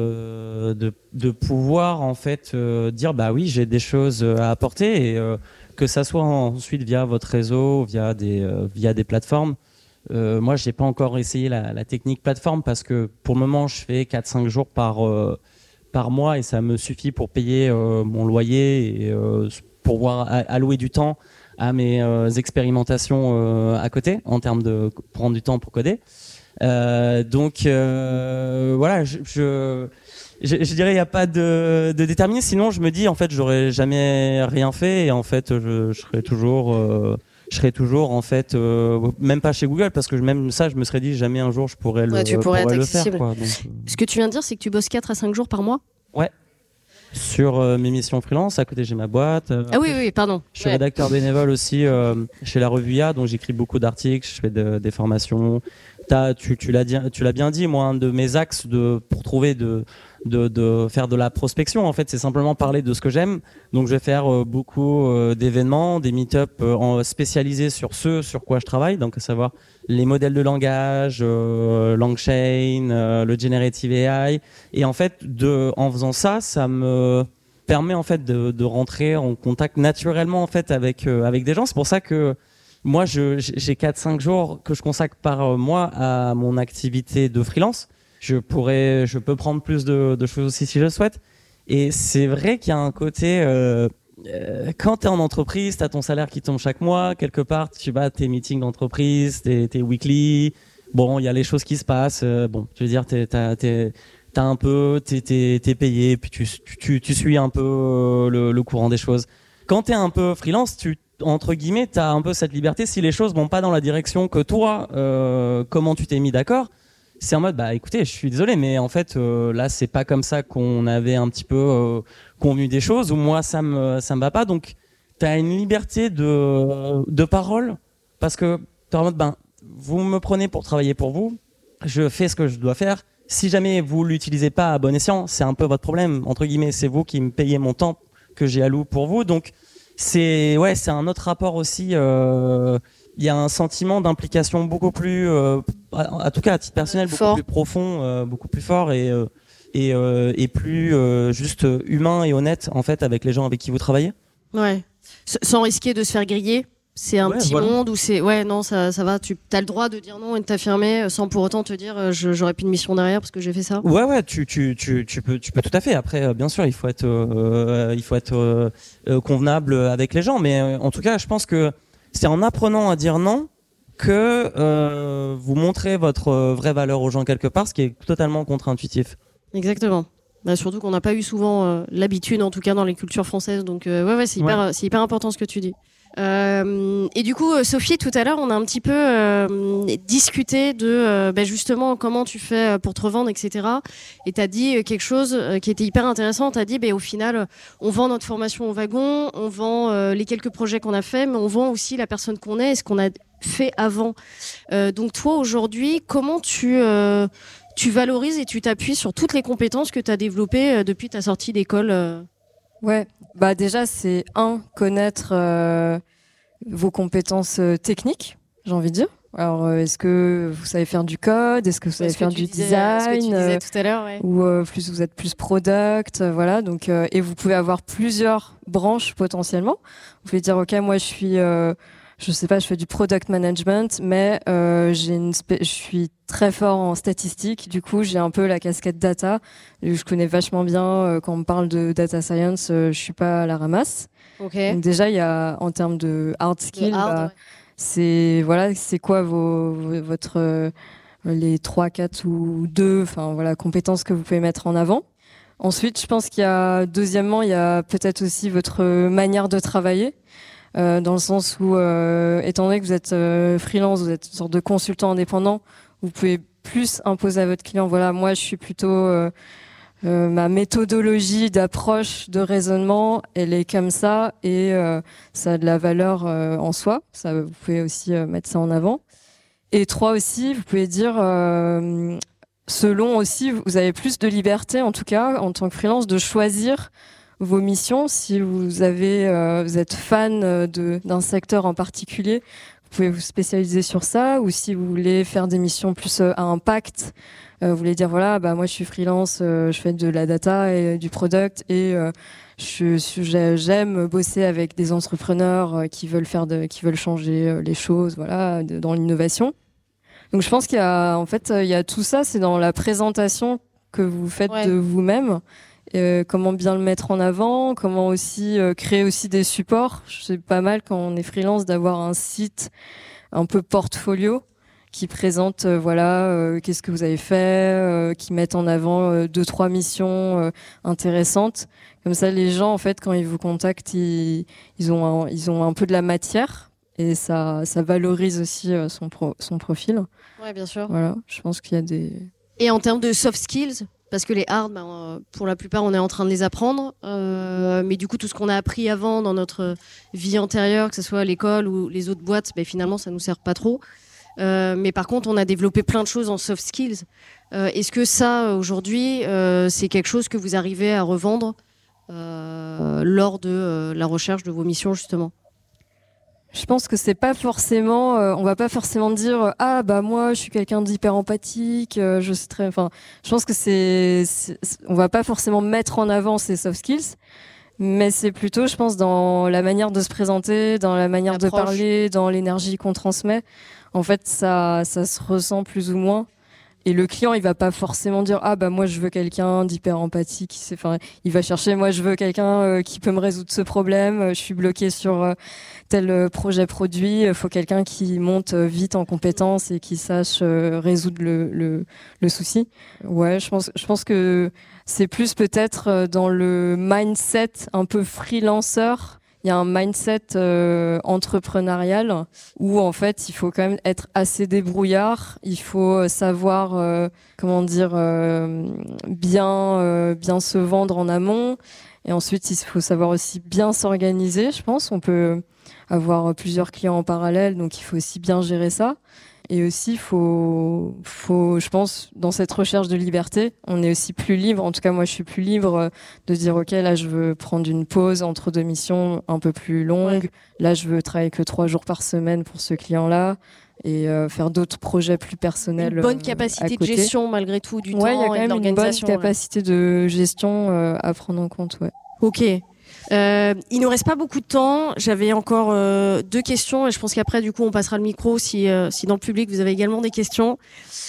de de, de pouvoir en fait euh, dire bah oui j'ai des choses à apporter, et euh, que ça soit ensuite via votre réseau, via des euh, via des plateformes. Euh, moi j'ai pas encore essayé la, la technique plateforme, parce que pour le moment je fais quatre cinq jours par euh, par mois et ça me suffit pour payer euh, mon loyer et euh, pour pouvoir allouer du temps à mes euh, expérimentations euh, à côté en termes de prendre du temps pour coder. Euh, donc euh, voilà, je, je, je, je dirais il n'y a pas de, de déterminé. Sinon, je me dis en fait, j'aurais jamais rien fait, et en fait, je, je serais toujours, euh, je serais toujours en fait, euh, même pas chez Google, parce que même ça, je me serais dit jamais un jour je pourrais le, ouais, tu pourrais pourrais être le faire. Quoi, donc, ce que tu viens de dire, c'est que tu bosses quatre à cinq jours par mois. Ouais. Sur euh, mes missions freelance, à côté j'ai ma boîte. Euh, Ah oui, oui, pardon. Je suis Ouais. rédacteur bénévole aussi euh, chez la revue I A, donc j'écris beaucoup d'articles, je fais de, des formations. T'as, tu, tu, l'as dit, tu l'as bien dit, moi, un de mes axes de, pour trouver de, de, de faire de la prospection, en fait, c'est simplement parler de ce que j'aime. Donc je vais faire euh, beaucoup euh, d'événements, des meet-up euh, en- spécialisés sur ce sur quoi je travaille, donc à savoir les modèles de langage, euh, LangChain, euh, le Generative A I. Et en fait, de, en faisant ça, ça me permet en fait de, de rentrer en contact naturellement en fait avec euh, avec des gens. C'est pour ça que moi je j'ai quatre cinq jours que je consacre par mois à mon activité de freelance. Je pourrais je peux prendre plus de, de choses aussi si je le souhaite. Et c'est vrai qu'il y a un côté euh, euh, quand tu es en entreprise, tu as ton salaire qui tombe chaque mois, quelque part tu vas à tes meetings d'entreprise, tes, tes weekly. Bon, il y a les choses qui se passent. Euh, bon, je veux dire, t'es, t'as, t'es, t'as un peu, t'es, t'es, t'es payé, puis tu, tu, tu suis un peu euh, le, le courant des choses. Quand t'es un peu freelance, tu, entre guillemets, t'as un peu cette liberté. Si les choses vont pas dans la direction que toi, euh, comment tu t'es mis d'accord, c'est en mode, bah écoutez, je suis désolé, mais en fait, euh, là, c'est pas comme ça qu'on avait un petit peu euh, convenu des choses, ou moi, ça me, ça me va pas. Donc, t'as une liberté de, de parole, parce que t'es en mode, ben, vous me prenez pour travailler pour vous, je fais ce que je dois faire. Si jamais vous l'utilisez pas à bon escient, c'est un peu votre problème, entre guillemets. C'est vous qui me payez mon temps que j'ai alloué pour vous. Donc, c'est, ouais, c'est un autre rapport aussi. Euh, il y a un sentiment d'implication beaucoup plus, euh, en tout cas à titre personnel, beaucoup Fort. plus profond, euh, beaucoup plus fort et, euh, et, euh, et plus euh, juste humain et honnête, en fait, avec les gens avec qui vous travaillez. Ouais. S- Sans risquer de se faire griller. C'est un Ouais, petit voilà. monde où c'est ouais non ça ça va, tu as le droit de dire non et de t'affirmer euh, sans pour autant te dire euh, je- j'aurais plus de mission derrière parce que j'ai fait ça. Ouais, ouais, tu, tu, tu, tu peux, tu peux tout à fait. Après, euh, bien sûr, il faut être, euh, il faut être euh, euh, convenable avec les gens. Mais euh, en tout cas, je pense que c'est en apprenant à dire non que euh, vous montrez votre euh, vraie valeur aux gens quelque part, ce qui est totalement contre-intuitif. Exactement. Bah, surtout qu'on n'a pas eu souvent euh, l'habitude, en tout cas dans les cultures françaises. Donc euh, ouais, ouais, c'est hyper, Ouais. c'est hyper important ce que tu dis. Euh, et du coup, euh, Sophie, tout à l'heure, on a un petit peu euh, discuté de euh, bah, justement comment tu fais euh, pour te revendre, et cetera. Et tu as dit euh, quelque chose euh, qui était hyper intéressant. Tu as dit, bah, au final, euh, on vend notre formation au wagon, on vend euh, les quelques projets qu'on a fait, mais on vend aussi la personne qu'on est et ce qu'on a fait avant. Euh, donc toi, aujourd'hui, comment tu... Euh, tu valorises et tu t'appuies sur toutes les compétences que tu as développées euh, depuis ta sortie d'école. euh. Ouais, bah déjà c'est un, connaître euh, vos compétences euh, techniques, j'ai envie de dire. Alors euh, est-ce que vous savez faire du code, est-ce que vous savez Ce que faire tu du disais- design, ce que tu disais euh, tout à l'heure, ouais. ou euh, plus vous êtes plus product, euh, voilà. Donc euh, et vous pouvez avoir plusieurs branches potentiellement. Vous pouvez dire ok, moi je suis euh, je sais pas, je fais du product management, mais euh, j'ai une spé- je suis très fort en statistiques. Du coup, j'ai un peu la casquette data. Je connais vachement bien euh, quand on me parle de data science, euh, je suis pas à la ramasse. Ok. Donc déjà, il y a en termes de hard skill, hard, bah, ouais. c'est voilà, c'est quoi vos, vos- votre euh, les trois, quatre ou deux, enfin voilà, compétences que vous pouvez mettre en avant. Ensuite, je pense qu'il y a deuxièmement, il y a peut-être aussi votre manière de travailler. Euh, dans le sens où, euh, étant donné que vous êtes euh, freelance, vous êtes une sorte de consultant indépendant, vous pouvez plus imposer à votre client, voilà, moi je suis plutôt, euh, euh, ma méthodologie d'approche, de raisonnement, elle est comme ça et euh, ça a de la valeur euh, en soi, ça, vous pouvez aussi euh, mettre ça en avant. Et trois aussi, vous pouvez dire, euh, selon aussi, vous avez plus de liberté en tout cas, en tant que freelance, de choisir vos missions. Si vous avez, euh, vous êtes fan de, d'un secteur en particulier, vous pouvez vous spécialiser sur ça. Ou si vous voulez faire des missions plus euh, à impact, euh, vous voulez dire voilà, bah moi je suis freelance, euh, je fais de la data et du product et euh, je, je, j'aime bosser avec des entrepreneurs euh, qui veulent faire de, qui veulent changer euh, les choses, voilà, de, dans l'innovation. Donc je pense qu'il y a, en fait, il y a tout ça, c'est dans la présentation que vous faites Ouais. de vous-même. Euh, comment bien le mettre en avant, comment aussi euh, créer aussi des supports. C'est pas mal quand on est freelance d'avoir un site un peu portfolio qui présente euh, voilà euh, qu'est-ce que vous avez fait, euh, qui mettent en avant euh, deux trois missions euh, intéressantes. Comme ça, les gens en fait quand ils vous contactent, ils, ils ont un, ils ont un peu de la matière et ça ça valorise aussi euh, son pro, son profil. Ouais, bien sûr. Voilà, je pense qu'il y a des Et en termes de soft skills, parce que les hard, ben, pour la plupart, on est en train de les apprendre. Euh, mais du coup, tout ce qu'on a appris avant dans notre vie antérieure, que ce soit à l'école ou les autres boîtes, ben, finalement, ça nous sert pas trop. Euh, mais par contre, on a développé plein de choses en soft skills. Euh, est-ce que ça, aujourd'hui, euh, c'est quelque chose que vous arrivez à revendre euh, lors de euh, la recherche de vos missions, justement ? Je pense que c'est pas forcément, euh, on va pas forcément dire ah bah moi je suis quelqu'un d'hyper empathique, euh, je sais très, enfin, je pense que c'est, c'est, on va pas forcément mettre en avant ces soft skills, mais c'est plutôt, je pense, dans la manière de se présenter, dans la manière L'approche. de parler, dans l'énergie qu'on transmet. En fait, ça, ça se ressent plus ou moins. Et le client, il va pas forcément dire ah bah moi je veux quelqu'un d'hyper empathique. Enfin, il va chercher moi je veux quelqu'un euh, qui peut me résoudre ce problème. Je suis bloqué sur euh, tel projet produit. Il faut quelqu'un qui monte vite en compétences et qui sache euh, résoudre le, le le souci. Ouais, je pense je pense que c'est plus peut-être dans le mindset un peu freelanceur. Il y a un mindset euh, entrepreneurial où en fait il faut quand même être assez débrouillard, il faut savoir euh, comment dire euh, bien euh, bien se vendre en amont et ensuite il faut savoir aussi bien s'organiser. Je pense on peut avoir plusieurs clients en parallèle, donc il faut aussi bien gérer ça. Et aussi, faut, faut, je pense, dans cette recherche de liberté, on est aussi plus libre. En tout cas, moi, je suis plus libre de dire, OK, là, je veux prendre une pause entre deux missions un peu plus longues. Ouais. Là, je veux travailler que trois jours par semaine pour ce client-là et euh, faire d'autres projets plus personnels. Une bonne capacité de gestion, malgré tout, du ouais, temps y a quand et même de l'organisation. Une bonne capacité ouais. de gestion euh, à prendre en compte, ouais. OK. Euh, il nous reste pas beaucoup de temps. J'avais encore euh, deux questions et je pense qu'après du coup on passera le micro si, euh, si dans le public vous avez également des questions.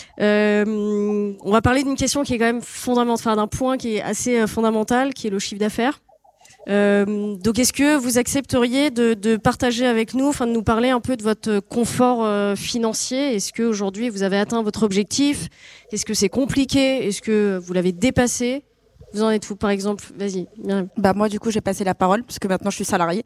Euh, on va parler d'une question qui est quand même fondamentale, enfin d'un point qui est assez euh, fondamental, qui est le chiffre d'affaires. Euh, donc est-ce que vous accepteriez de, de partager avec nous, enfin de nous parler un peu de votre confort euh, financier ? Est-ce que aujourd'hui vous avez atteint votre objectif ? Est-ce que c'est compliqué ? Est-ce que vous l'avez dépassé ? Vous en êtes où, par exemple ? Vas-y. Bien. Bah moi, du coup, j'ai passé la parole parce que maintenant, je suis salariée.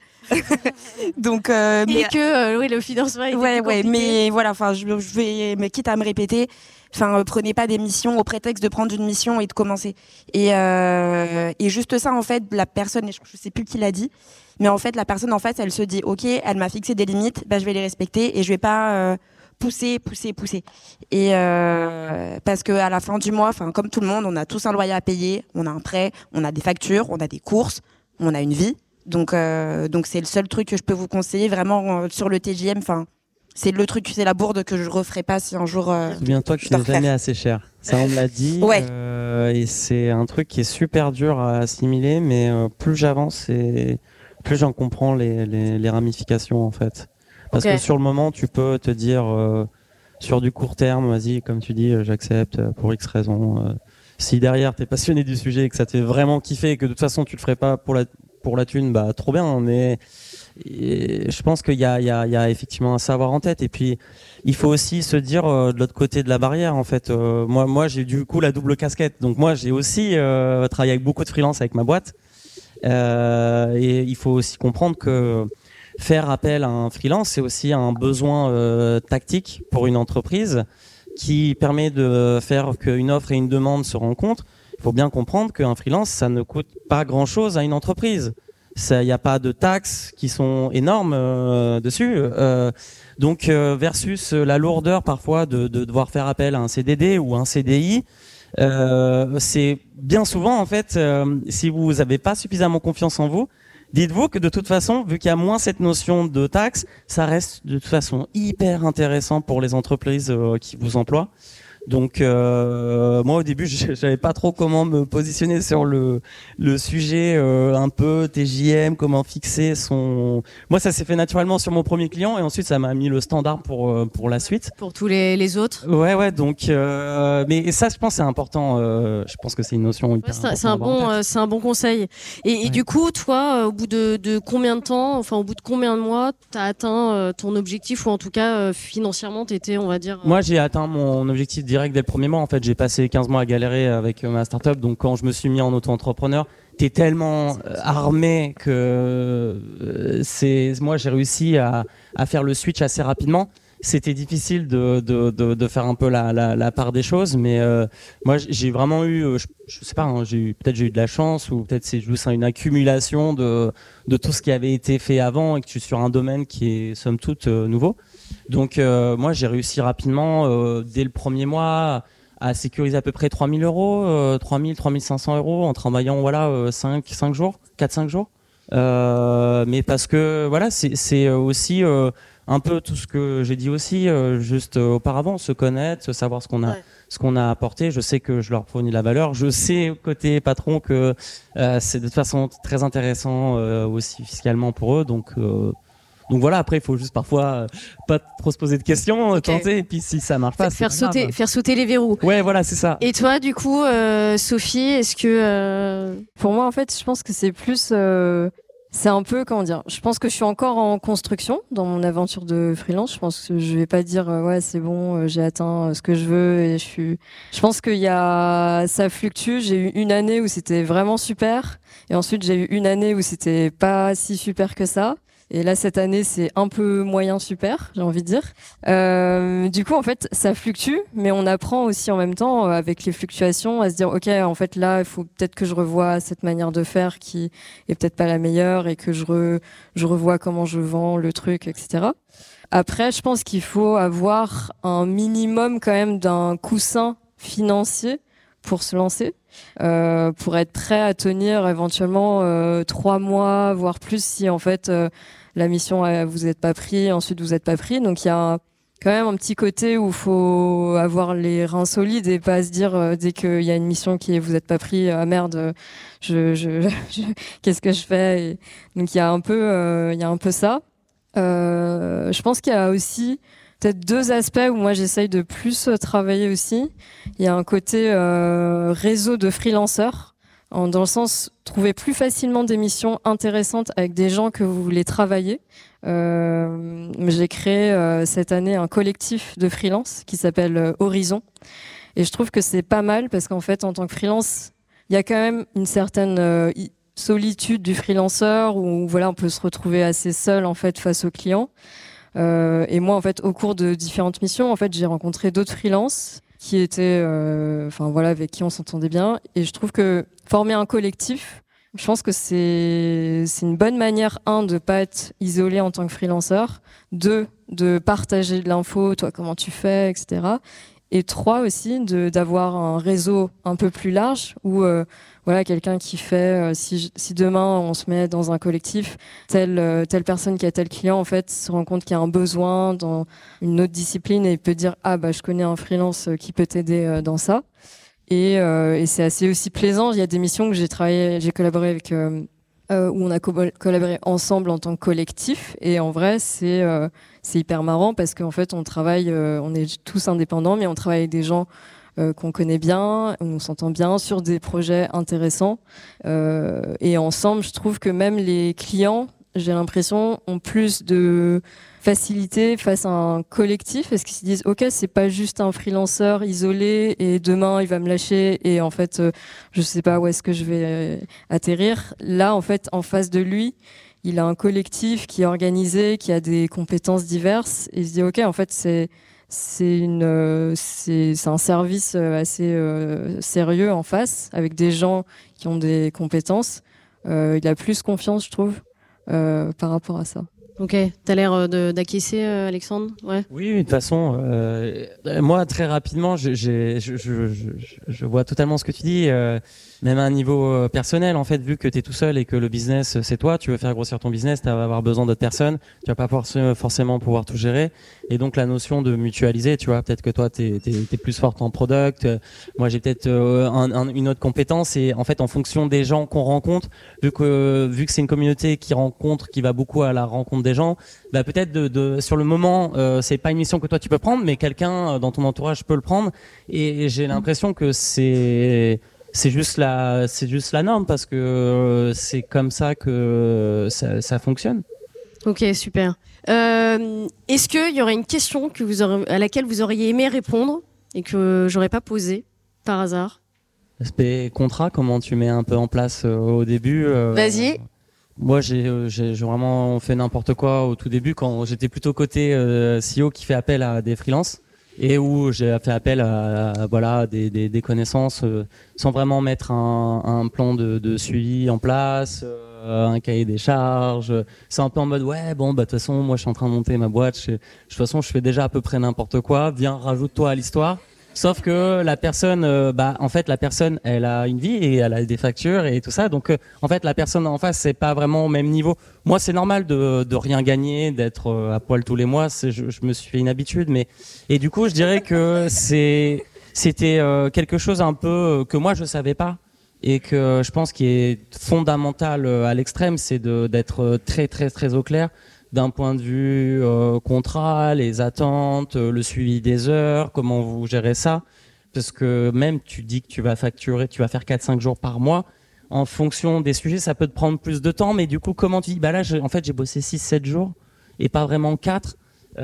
Donc, euh, mais et que euh, oui, le financement. Est ouais, ouais, mais voilà. Enfin, je, je vais, mais quitte à me répéter. Enfin, euh, prenez pas des missions au prétexte de prendre une mission et de commencer. Et euh, et juste ça, en fait, la personne, je, je sais plus qui l'a dit, mais en fait, la personne en face, elle se dit, ok, elle m'a fixé des limites, bah je vais les respecter et je vais pas. Euh, pousser, pousser, pousser. Et euh, parce que à la fin du mois, enfin comme tout le monde, on a tous un loyer à payer, on a un prêt, on a des factures, on a des courses, on a une vie. Donc euh, donc c'est le seul truc que je peux vous conseiller vraiment euh, sur le T J M. Enfin c'est le truc, c'est la bourde que je referai pas si un jour. Euh, Souviens-toi que c'est jamais assez cher. Ça on me l'a dit. Ouais. Euh, et c'est un truc qui est super dur à assimiler, mais euh, plus j'avance et plus j'en comprends les, les les ramifications en fait. Parce okay. que sur le moment, tu peux te dire, euh, sur du court terme, vas-y, comme tu dis, j'accepte pour X raisons. Euh, si derrière, t'es passionné du sujet et que ça te fait vraiment kiffer et que de toute façon, tu le ferais pas pour la, pour la thune, bah, trop bien. Mais et, je pense qu'il y a, il y a, il y a effectivement un savoir en tête. Et puis, il faut aussi se dire euh, de l'autre côté de la barrière, en fait. Euh, moi, moi, j'ai du coup la double casquette. Donc, moi, j'ai aussi euh, travaillé avec beaucoup de freelance avec ma boîte. Euh, et il faut aussi comprendre que faire appel à un freelance, c'est aussi un besoin euh, tactique pour une entreprise qui permet de faire qu'une offre et une demande se rencontrent. Il faut bien comprendre qu'un freelance, ça ne coûte pas grand-chose à une entreprise. Il n'y a pas de taxes qui sont énormes euh, dessus. Euh, donc, euh, versus la lourdeur parfois de, de devoir faire appel à un C D D ou un C D I, euh, c'est bien souvent, en fait, euh, si vous n'avez pas suffisamment confiance en vous, dites-vous que de toute façon, vu qu'il y a moins cette notion de taxe, ça reste de toute façon hyper intéressant pour les entreprises euh, qui vous emploient. Donc euh, moi au début je savais pas trop comment me positionner sur le le sujet euh, un peu T J M, comment fixer son. Moi ça s'est fait naturellement sur mon premier client et ensuite ça m'a mis le standard pour pour la suite. Pour tous les les autres. Ouais ouais donc euh, mais ça je pense c'est important. Euh, je pense que c'est une notion hyper ouais, c'est un bon euh, c'est un bon conseil. Et, et ouais. Du coup toi au bout de de combien de temps, enfin au bout de combien de mois t'as atteint euh, ton objectif ou en tout cas euh, financièrement t'étais on va dire. Euh... Moi j'ai atteint mon objectif direct dès le premier mois. En fait, j'ai passé quinze mois à galérer avec ma startup. Donc, quand je me suis mis en auto-entrepreneur, t'es tellement euh, armé que euh, c'est moi j'ai réussi à, à faire le switch assez rapidement. c'était difficile de, de, de, de faire un peu la, la, la part des choses, mais euh, moi j'ai vraiment eu, je, je sais pas, hein, j'ai eu, peut-être j'ai eu de la chance ou peut-être c'est juste une accumulation de, de tout ce qui avait été fait avant et que tu es sur un domaine qui est somme toute euh, nouveau. Donc euh, moi j'ai réussi rapidement euh, dès le premier mois à sécuriser à peu près trois mille euros, euh, trois mille, trois mille cinq cents euros en travaillant voilà euh, cinq, cinq jours, quatre cinq jours. Euh, mais parce que voilà c'est, c'est aussi euh, un peu tout ce que j'ai dit aussi euh, juste euh, auparavant, se connaître, savoir ce qu'on a, ouais. ce qu'on a apporté. Je sais que je leur fournis de la valeur. Je sais côté patron que euh, c'est de toute façon très intéressant euh, aussi fiscalement pour eux. Donc euh, donc voilà. Après, il faut juste parfois euh, pas trop se poser de questions, okay. tenter. Et puis si ça marche pas, faire c'est sauter, grave. faire sauter les verrous. Ouais, voilà, c'est ça. Et toi, du coup, euh, Sophie, est-ce que euh... pour moi, en fait, je pense que c'est plus euh... c'est un peu, comment dire, je pense que je suis encore en construction dans mon aventure de freelance. Je pense que je vais pas dire, euh, ouais, c'est bon, euh, j'ai atteint euh, ce que je veux et je suis, je pense qu'il y a, ça fluctue. J'ai eu une année où c'était vraiment super et ensuite j'ai eu une année où c'était pas si super que ça. Et là, cette année, c'est un peu moyen super, j'ai envie de dire. Euh, du coup, en fait, ça fluctue, mais on apprend aussi en même temps, euh, avec les fluctuations, à se dire, OK, en fait, là, il faut peut-être que je revoie cette manière de faire qui est peut-être pas la meilleure et que je, re, je revois comment je vends le truc, et cetera. Après, je pense qu'il faut avoir un minimum quand même d'un coussin financier pour se lancer, euh, pour être prêt à tenir éventuellement euh, trois mois, voire plus, si en fait euh, la mission euh, vous n'êtes pas pris, ensuite vous n'êtes pas pris. Donc il y a quand même un petit côté où il faut avoir les reins solides et pas se dire euh, dès qu'il y a une mission qui est vous n'êtes pas pris, ah merde, je, je, je qu'est-ce que je fais et donc il y a un peu, euh, il y a un peu ça. Euh, je pense qu'il y a aussi peut-être deux aspects où moi j'essaye de plus travailler aussi. Il y a un côté euh, réseau de freelanceurs, en, dans le sens trouver plus facilement des missions intéressantes avec des gens que vous voulez travailler. Euh, j'ai créé euh, cette année un collectif de freelance qui s'appelle euh, Horizon. Et je trouve que c'est pas mal parce qu'en fait, en tant que freelance, il y a quand même une certaine euh, solitude du freelanceur où voilà, on peut se retrouver assez seul en fait face aux clients. Euh, et moi, en fait, au cours de différentes missions, en fait, j'ai rencontré d'autres freelances qui étaient, euh, enfin voilà, avec qui on s'entendait bien. Et je trouve que former un collectif, je pense que c'est c'est une bonne manière, un, de pas être isolé en tant que freelanceur, deux, de partager de l'info, toi, comment tu fais, et cetera. Et trois aussi, de d'avoir un réseau un peu plus large où euh, voilà, quelqu'un qui fait, euh, si, si demain on se met dans un collectif, telle, euh, telle personne qui a tel client, en fait, se rend compte qu'il y a un besoin dans une autre discipline et peut dire, ah bah je connais un freelance qui peut t'aider euh, dans ça. Et, euh, et c'est assez aussi plaisant. Il y a des missions que j'ai travaillé, j'ai collaboré avec, euh, euh, où on a co- collaboré ensemble en tant que collectif. Et en vrai, c'est, euh, c'est hyper marrant parce qu'en fait, on travaille, euh, on est tous indépendants, mais on travaille avec des gens Euh, qu'on connaît bien, on s'entend bien sur des projets intéressants. Euh, et ensemble, je trouve que même les clients, j'ai l'impression, ont plus de facilité face à un collectif parce qu'ils se disent, OK, c'est pas juste un freelanceur isolé et demain il va me lâcher et en fait, euh, je sais pas où est-ce que je vais euh, atterrir. Là, en fait, en face de lui, il a un collectif qui est organisé, qui a des compétences diverses et il se dit, OK, en fait, c'est C'est, une, euh, c'est, c'est un service assez euh, sérieux en face, avec des gens qui ont des compétences. Euh, il a plus confiance, je trouve, euh, par rapport à ça. Ok, t'as l'air de, d'acquiescer, euh, Alexandre, ouais. Oui, de toute façon, euh, moi, très rapidement, je, je, je, je, je, je vois totalement ce que tu dis. Euh, même à un niveau personnel, en fait, vu que tu es tout seul et que le business, c'est toi, tu veux faire grossir ton business, tu vas avoir besoin d'autres personnes, tu vas pas forcément pouvoir tout gérer. Et donc, la notion de mutualiser, tu vois, peut-être que toi, tu es plus forte en product, moi, j'ai peut-être euh, un, un, une autre compétence. Et en fait, en fonction des gens qu'on rencontre, vu que, vu que c'est une communauté qui rencontre, qui va beaucoup à la rencontre des gens, bah, peut-être de, de, sur le moment, euh, c'est pas une mission que toi, tu peux prendre, mais quelqu'un dans ton entourage peut le prendre. Et, et j'ai l'impression que c'est... C'est juste la, c'est juste la norme parce que euh, c'est comme ça que ça, ça fonctionne. Ok, super. Euh, est-ce qu'il y aurait une question que vous aurez, à laquelle vous auriez aimé répondre et que j'aurais pas posée par hasard? L'aspect contrat, comment tu mets un peu en place euh, au début euh, Vas-y. Moi, j'ai, euh, j'ai j'ai vraiment fait n'importe quoi au tout début quand j'étais plutôt côté euh, C E O qui fait appel à des freelances et où j'ai fait appel à, à voilà des, des, des connaissances euh, sans vraiment mettre un, un plan de, de suivi en place, euh, un cahier des charges. C'est un peu en mode ouais bon bah de toute façon moi je suis en train de monter ma boîte, je, de toute façon je fais déjà à peu près n'importe quoi. Viens rajoute-toi à l'histoire. Sauf que la personne, euh, bah, en fait, la personne, elle a une vie et elle a des factures et tout ça. Donc, euh, en fait, la personne en face, c'est pas vraiment au même niveau. Moi, c'est normal de, de rien gagner, d'être euh, à poil tous les mois. C'est, je, je me suis fait une habitude, mais et du coup, je dirais que c'est, c'était euh, quelque chose un peu euh, que moi je savais pas et que je pense qui est fondamental euh, à l'extrême, c'est de d'être très très très au clair d'un point de vue euh, contrat, les attentes, euh, le suivi des heures, comment vous gérez ça. Parce que même tu dis que tu vas facturer, tu vas faire quatre cinq jours par mois, en fonction des sujets, ça peut te prendre plus de temps, mais du coup, comment tu dis, bah là, en fait, j'ai bossé six sept jours et pas vraiment quatre.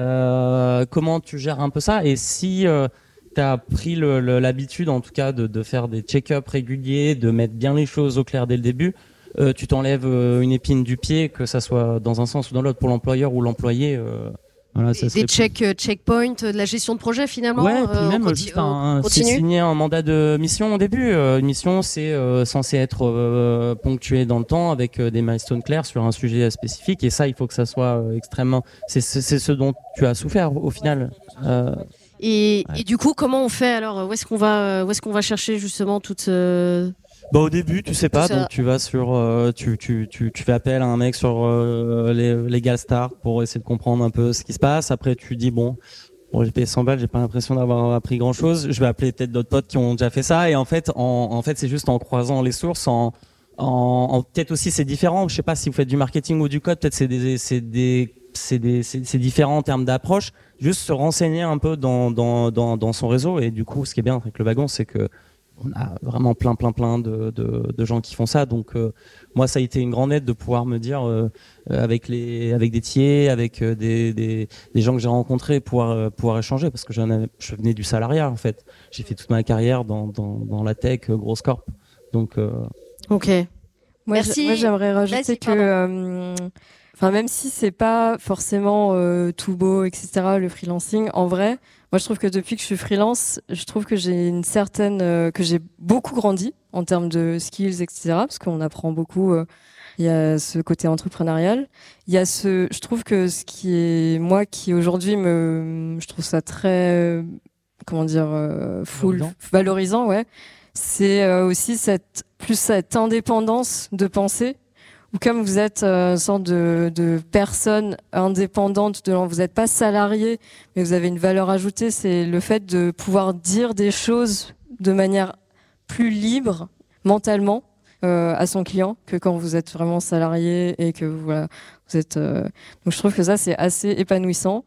Euh, comment tu gères un peu ça? Et si euh, tu as pris le, le, l'habitude, en tout cas, de, de faire des check-ups réguliers, de mettre bien les choses au clair dès le début, Euh, tu t'enlèves euh, une épine du pied, que ça soit dans un sens ou dans l'autre pour l'employeur ou l'employé. Euh, voilà, ça des check, euh, checkpoints, de la gestion de projet finalement. Ouais, puis euh, même conti- juste un, c'est continue. signer un mandat de mission au début. Euh, une mission, c'est euh, censé être euh, ponctué dans le temps avec euh, des milestones clairs sur un sujet spécifique. Et ça, il faut que ça soit euh, extrêmement. C'est, c'est, c'est ce dont tu as souffert au final. Euh, Et, Ouais. et du coup, comment on fait alors? Où est-ce qu'on va, où est-ce qu'on va chercher justement toute euh, Bah au début tu sais pas, Ça- donc tu vas sur euh, tu, tu, tu, tu fais appel à un mec sur euh, les Legal Star pour essayer de comprendre un peu ce qui se passe. Après tu dis bon bon j'ai payé cent balles, j'ai pas l'impression d'avoir appris grand chose, je vais appeler peut-être d'autres potes qui ont déjà fait ça. Et en fait en, en fait c'est juste en croisant les sources, en, en, en peut-être aussi c'est différent, je sais pas si vous faites du marketing ou du code, peut-être c'est des c'est des c'est des c'est, c'est différent en termes d'approche, juste se renseigner un peu dans, dans dans dans son réseau. Et du coup ce qui est bien avec le wagon, c'est que on a vraiment plein, plein, plein de, de, de gens qui font ça. Donc, euh, moi, ça a été une grande aide de pouvoir me dire, euh, avec les, avec des tiers, avec euh, des, des, des gens que j'ai rencontrés, pouvoir, euh, pouvoir échanger, parce que j'en avais, je venais du salariat, en fait. J'ai fait toute ma carrière dans, dans, dans la tech, euh, grosse corp. Donc, euh... Ok. Moi, Merci. je- moi, j'aimerais rajouter Vas-y, que, pardon. euh, enfin, même si c'est pas forcément euh, tout beau, et cetera, le freelancing, en vrai, moi, je trouve que depuis que je suis freelance, je trouve que j'ai une certaine, euh, que j'ai beaucoup grandi en termes de skills, et cetera, parce qu'on apprend beaucoup. euh, Il y a ce côté entrepreneurial. Il y a ce, je trouve que ce qui est, moi, qui aujourd'hui me, je trouve ça très, euh, comment dire, euh, full, Valorisant. valorisant, ouais. C'est euh, aussi cette, plus cette indépendance de pensée, où comme vous êtes euh, une sorte de, de personne indépendante, de, vous n'êtes pas salarié, mais vous avez une valeur ajoutée, c'est le fait de pouvoir dire des choses de manière plus libre, mentalement, euh, à son client, que quand vous êtes vraiment salarié et que voilà, vous êtes. euh, Donc je trouve que ça, c'est assez épanouissant.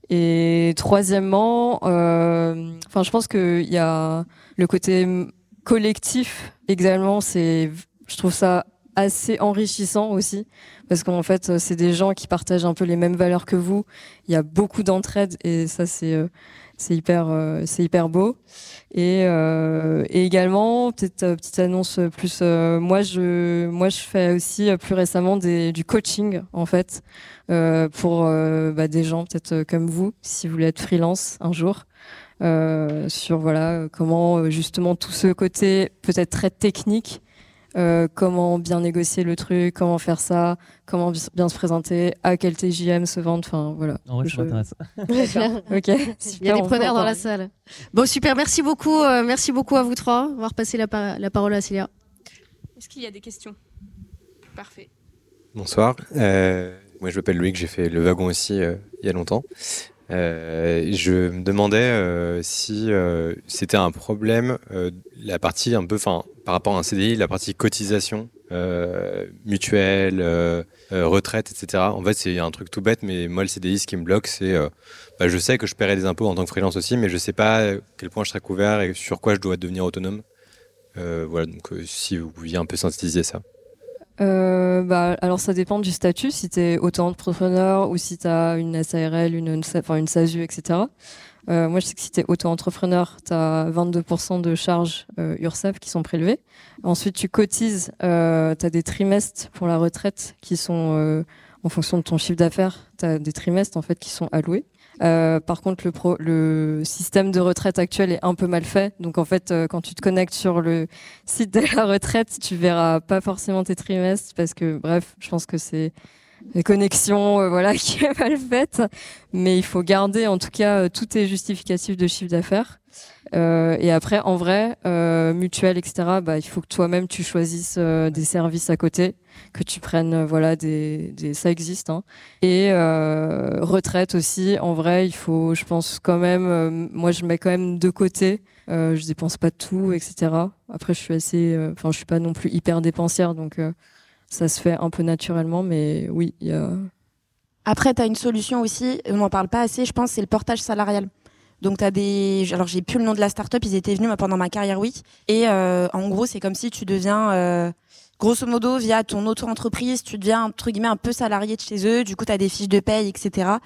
Et troisièmement, euh, enfin, je pense qu'il y a le côté m- collectif également. C'est, je trouve ça assez enrichissant aussi, parce qu'en fait, euh, c'est des gens qui partagent un peu les mêmes valeurs que vous. Il y a beaucoup d'entraide et ça, c'est euh, c'est hyper, euh, c'est hyper beau. Et, euh, et également, peut-être euh, petite annonce plus. euh, moi, je, moi, je fais aussi euh, plus récemment des, du coaching en fait euh, pour euh, bah, des gens peut-être euh, comme vous, si vous voulez être freelance un jour, euh, sur voilà euh, comment euh, justement tout ce côté peut-être très technique, euh, comment bien négocier le truc, comment faire ça, comment bi- bien se présenter, à quel T J M se vendre, enfin voilà. En vrai, Je- ça m'intéresse. Ok. Il y a Super, des on peut preneurs en dans la parler. salle. Bon, super. Merci beaucoup. euh, merci beaucoup à vous trois. On va repasser la, pa- la parole à Célia. Est-ce qu'il y a des questions? Parfait. Bonsoir, euh, moi je m'appelle Loïc, j'ai fait le wagon aussi euh, il y a longtemps. Euh, je me demandais euh, si euh, c'était un problème, euh, la partie un peu, enfin par rapport à un C D I, la partie cotisation, euh, mutuelle, euh, euh, retraite, et cetera. En fait c'est un truc tout bête, mais moi le C D I ce qui me bloque c'est, euh, bah, je sais que je paierai des impôts en tant que freelance aussi, mais je sais pas à quel point je serai couvert et sur quoi je dois devenir autonome. Euh, voilà, donc euh, si vous pouviez un peu synthétiser ça. Euh, bah, alors ça dépend du statut, si tu es auto-entrepreneur ou si tu as une S A R L, une, une, S A- enfin, une S A S U, et cetera. Euh, moi, je sais que si tu es auto-entrepreneur, tu as vingt-deux pour cent de charges euh, URSSAF qui sont prélevées. Ensuite, tu cotises, euh, tu as des trimestres pour la retraite qui sont, euh, en fonction de ton chiffre d'affaires, tu as des trimestres en fait, qui sont alloués. Euh, par contre, le, pro, le système de retraite actuel est un peu mal fait. Donc, en fait, euh, quand tu te connectes sur le site de la retraite, tu verras pas forcément tes trimestres parce que, bref, je pense que c'est les connexions, euh, voilà, qui est mal faite. Mais il faut garder, en tout cas, euh, tous tes justificatifs de chiffre d'affaires. Euh, et après, en vrai, euh, mutuelle, et cetera, bah, il faut que toi-même, tu choisisses euh, des services à côté, que tu prennes, euh, voilà, des, des, ça existe. Hein. Et euh, retraite aussi, en vrai, il faut, je pense quand même, euh, moi, je mets quand même de côté. Euh, je dépense pas tout, et cetera. Après, je suis assez, enfin, euh, je suis pas non plus hyper dépensière, donc euh, ça se fait un peu naturellement, mais oui, il y a. Après, tu as une solution aussi, on n'en parle pas assez, je pense, c'est le portage salarial. Donc, tu as des. Alors, j'ai plus le nom de la start-up, ils étaient venus moi, pendant ma carrière week. Et euh, en gros, c'est comme si tu deviens, euh, grosso modo, via ton auto-entreprise, tu deviens, entre guillemets, un peu salarié de chez eux. Du coup, tu as des fiches de paye, et cetera.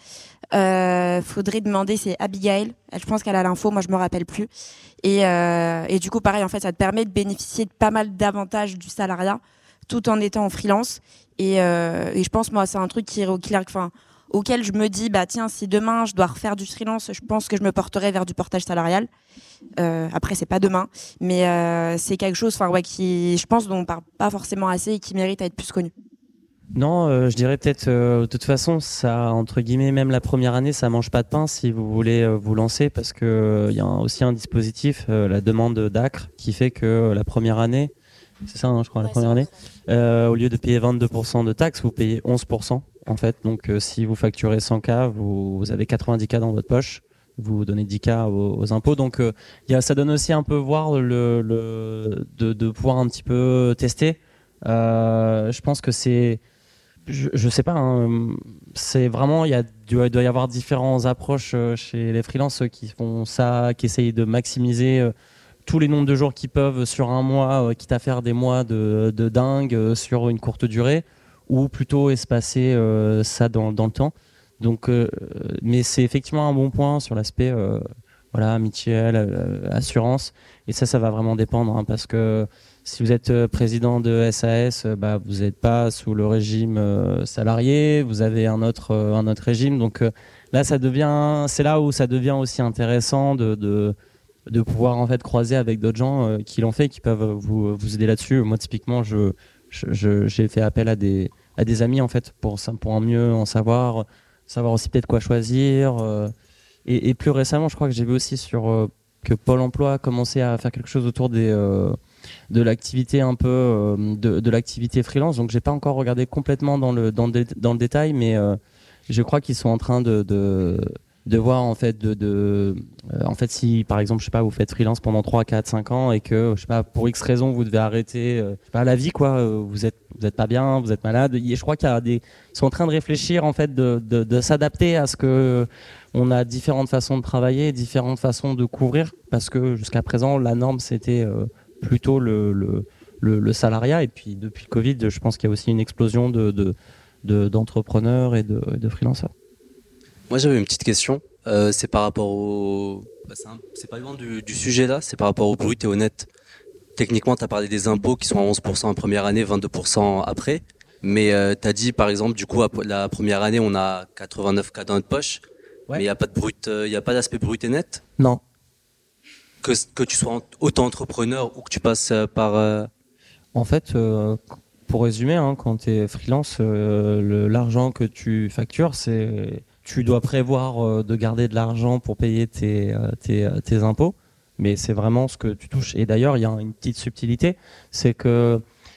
Euh, faudrait demander, c'est Abigail. Je pense qu'elle a l'info, moi, je me rappelle plus. Et, euh, et du coup, pareil, en fait, ça te permet de bénéficier de pas mal d'avantages du salariat tout en étant en freelance. Et, euh, et je pense, moi, c'est un truc qui est clair. Enfin, auquel je me dis, bah tiens, si demain je dois refaire du freelance, je pense que je me porterai vers du portage salarial. Euh, après, c'est pas demain, mais euh, c'est quelque chose, enfin ouais, qui, je pense, dont on parle pas forcément assez et qui mérite à être plus connu. Non, euh, je dirais peut-être, euh, de toute façon, ça, entre guillemets, même la première année, ça mange pas de pain si vous voulez euh, vous lancer, parce que il euh, y a un, aussi un dispositif, euh, la demande d'A C R, qui fait que euh, la première année, c'est ça, hein, je crois, la ouais, première année, euh, au lieu de payer vingt-deux pour cent de taxes, vous payez onze pour cent. En fait, donc euh, si vous facturez cent K, vous, vous avez quatre-vingt-dix K dans votre poche, vous donnez dix K aux, aux impôts. Donc euh, y a, ça donne aussi un peu voir le, le de, de pouvoir un petit peu tester. Euh, je pense que c'est, je, je sais pas, hein, c'est vraiment, il y a, doit, doit y avoir différentes approches chez les freelances, ceux qui font ça, qui essayent de maximiser euh, tous les nombres de jours qu'ils peuvent sur un mois, euh, quitte à faire des mois de, de dingue euh, sur une courte durée, ou plutôt espacer euh, ça dans, dans le temps. Donc, euh, mais c'est effectivement un bon point sur l'aspect euh, voilà, mutuelle, euh, assurance. Et ça, ça va vraiment dépendre, hein, parce que si vous êtes président de S A S, euh, bah, vous n'êtes pas sous le régime euh, salarié, vous avez un autre, euh, un autre régime. Donc euh, là, ça devient, c'est là où ça devient aussi intéressant de, de, de pouvoir en fait croiser avec d'autres gens euh, qui l'ont fait, qui peuvent vous, vous aider là-dessus. Moi, typiquement, je, je, je, j'ai fait appel à des à des amis en fait pour pour en mieux en savoir savoir aussi peut-être quoi choisir euh, et, et plus récemment je crois que j'ai vu aussi sur euh, que Pôle Emploi a commencé à faire quelque chose autour des euh, de l'activité un peu euh, de, de l'activité freelance, donc j'ai pas encore regardé complètement dans le dans le, dans le détail, mais euh, je crois qu'ils sont en train de, de de voir en fait de, de euh, en fait si par exemple je sais pas vous faites freelance pendant trois, quatre, cinq ans et que je sais pas pour X raison vous devez arrêter euh, je sais pas la vie quoi, euh, vous êtes vous êtes pas bien, vous êtes malade, et je crois qu'il y a des ils sont en train de réfléchir en fait de de, de s'adapter à ce que on a différentes façons de travailler, différentes façons de couvrir, parce que jusqu'à présent la norme c'était euh, plutôt le, le le le salariat, et puis depuis le Covid je pense qu'il y a aussi une explosion de de, de d'entrepreneurs et de de freelanceurs. Moi, j'avais une petite question. Euh, c'est par rapport au. Bah, c'est, un... c'est pas loin du, du sujet là, c'est par rapport au brut et au net. Techniquement, tu as parlé des impôts qui sont à onze pour cent en première année, vingt-deux pour cent après. Mais euh, tu as dit, par exemple, du coup, la première année, on a quatre-vingt-neuf K dans notre poche. Ouais. Mais il n'y a pas de brut, il euh, n'y a pas d'aspect brut et net. Non. Que, que tu sois auto-entrepreneur ou que tu passes par. Euh... En fait. Euh... Pour résumer, hein, quand tu es freelance, euh, le, l'argent que tu factures, c'est tu dois prévoir euh, de garder de l'argent pour payer tes, euh, tes, euh, tes impôts, mais c'est vraiment ce que tu touches. Et d'ailleurs, il y a une petite subtilité, c'est que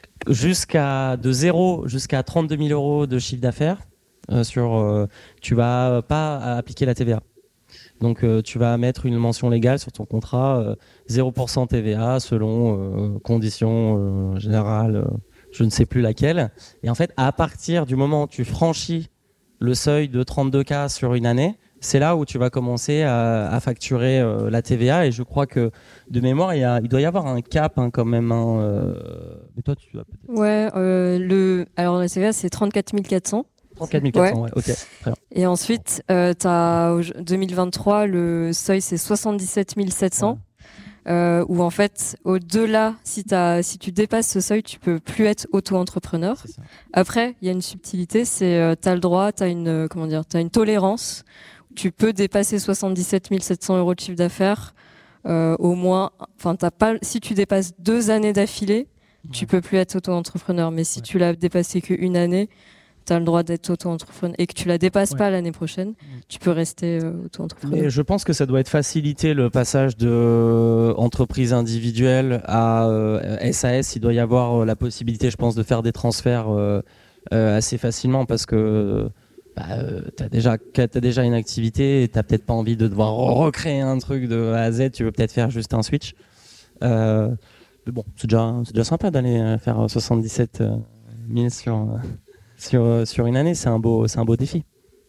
jusqu'à de zéro jusqu'à trente-deux mille euros de chiffre d'affaires, euh, sur, euh, tu vas pas appliquer la T V A. Donc euh, tu vas mettre une mention légale sur ton contrat, euh, zéro pour cent T V A selon euh, conditions euh, générales. Euh, je ne sais plus laquelle. Et en fait, à partir du moment où tu franchis le seuil de trente-deux K sur une année, c'est là où tu vas commencer à, à facturer euh, la T V A. Et je crois que, de mémoire, il, y a, il doit y avoir un cap hein, quand même. Hein, euh... Mais toi, tu dois peut-être... Ouais, euh, le... alors la T V A, c'est trente-quatre mille quatre cents. trente-quatre mille quatre cents, Ouais. ouais. Ok, très bien. Et ensuite, euh, tu as deux mille vingt-trois, le seuil c'est soixante-dix-sept mille sept cents. Ouais. Euh, où en fait, au-delà, si, t'as, si tu dépasses ce seuil, tu peux plus être auto-entrepreneur. C'est ça. Après, il y a une subtilité, c'est euh, tu as le droit, tu as une, euh, comment dire, t'as une tolérance. Tu peux dépasser soixante-dix-sept mille sept cents euros de chiffre d'affaires euh, au moins. Enfin, t'as pas. Si tu dépasses deux années d'affilée, Ouais. tu peux plus être auto-entrepreneur. Mais si Ouais. tu l'as dépassé qu'une année, tu as le droit d'être auto-entrepreneur et que tu la dépasses Ouais. pas l'année prochaine, tu peux rester euh, auto-entrepreneur. Mais je pense que ça doit être facilité le passage de euh, entreprise individuelle à euh, S A S. Il doit y avoir euh, la possibilité, je pense, de faire des transferts euh, euh, assez facilement parce que bah, euh, t'as déjà, t'as déjà une activité et t'as peut-être pas envie de devoir recréer un truc de A à Z. Tu veux peut-être faire juste un switch. Euh, mais bon, c'est déjà, c'est déjà sympa d'aller faire soixante-dix-sept mille sur, euh, sur, sur une année. C'est un beau, c'est un beau défi.